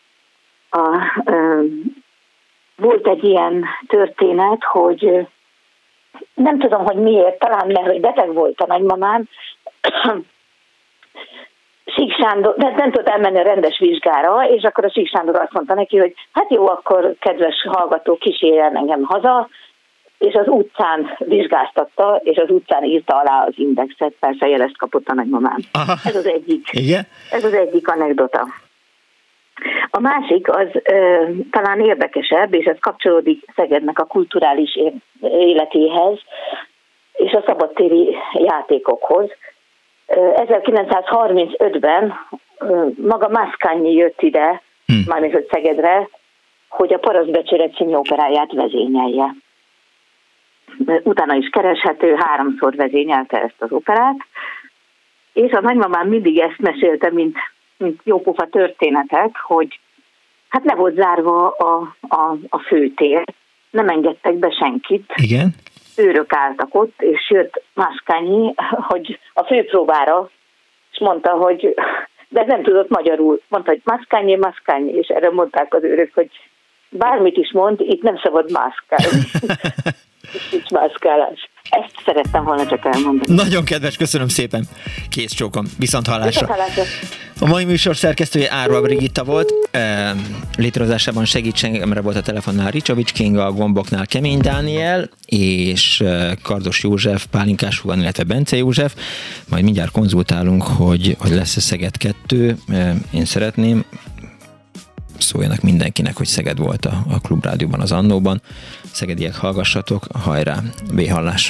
S18: Volt egy ilyen történet, hogy nem tudom, hogy miért, talán mert hogy beteg volt a nagymamám, Sík Sándor, de nem tudott elmenni a rendes vizsgára, és akkor a Sík Sándor azt mondta neki, hogy hát jó, akkor kedves hallgató, kísérjen engem haza, és az utcán vizsgáztatta, és az utcán írta alá az indexet, persze jelest kapott a nagymamám. Ez az egyik. Igen? Ez az egyik anekdota. A másik az talán érdekesebb, és ez kapcsolódik Szegednek a kulturális életéhez, és a szabadtéri játékokhoz. 1935-ben maga Mascagni jött ide, mármint hogy Szegedre, hogy a Parasztbecsület című operáját vezényelje. Utána is kereshető, 3-szor vezényelte ezt az operát, és a nagymamám mindig ezt mesélte, mint jópofa történetet, hogy hát le volt zárva a főtér, nem engedtek be senkit.
S2: Igen.
S18: Őrök álltak ott, és jött Mascagni, hogy a főpróbára, és mondta, hogy de nem tudott magyarul. Mondta, hogy Mascagni, és erre mondták az őrök, hogy bármit is mond, itt nem szabad mászkálni. Itt mászkálás. Ezt szerettem volna csak elmondani.
S2: Nagyon kedves, köszönöm szépen. Kész csókom. Viszonthallásra. A mai műsor szerkesztője Árva Brigitta volt. Létrehozásában segítségemre volt a telefonnál Ricsovics Kinga, a gomboknál Kemény Dániel, és Kardos József, Pálinkás Hugan, illetve Bence József. Majd mindjárt konzultálunk, hogy lesz-e Szeged 2. Én szeretném, szóljanak mindenkinek, hogy Szeged volt a Klubrádióban az annóban. Szegediek, hallgassatok, hajrá, B-hallás!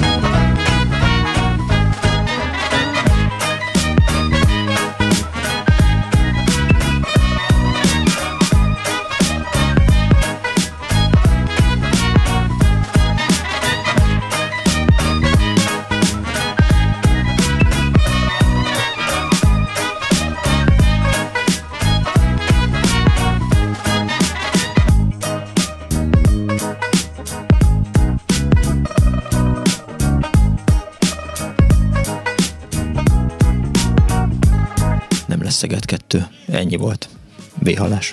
S2: Szeged 2. Ennyi volt. B-hallás.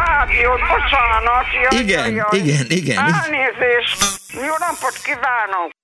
S12: Bocsánat,
S2: igen.
S12: Elnézést! Jó napot kívánok!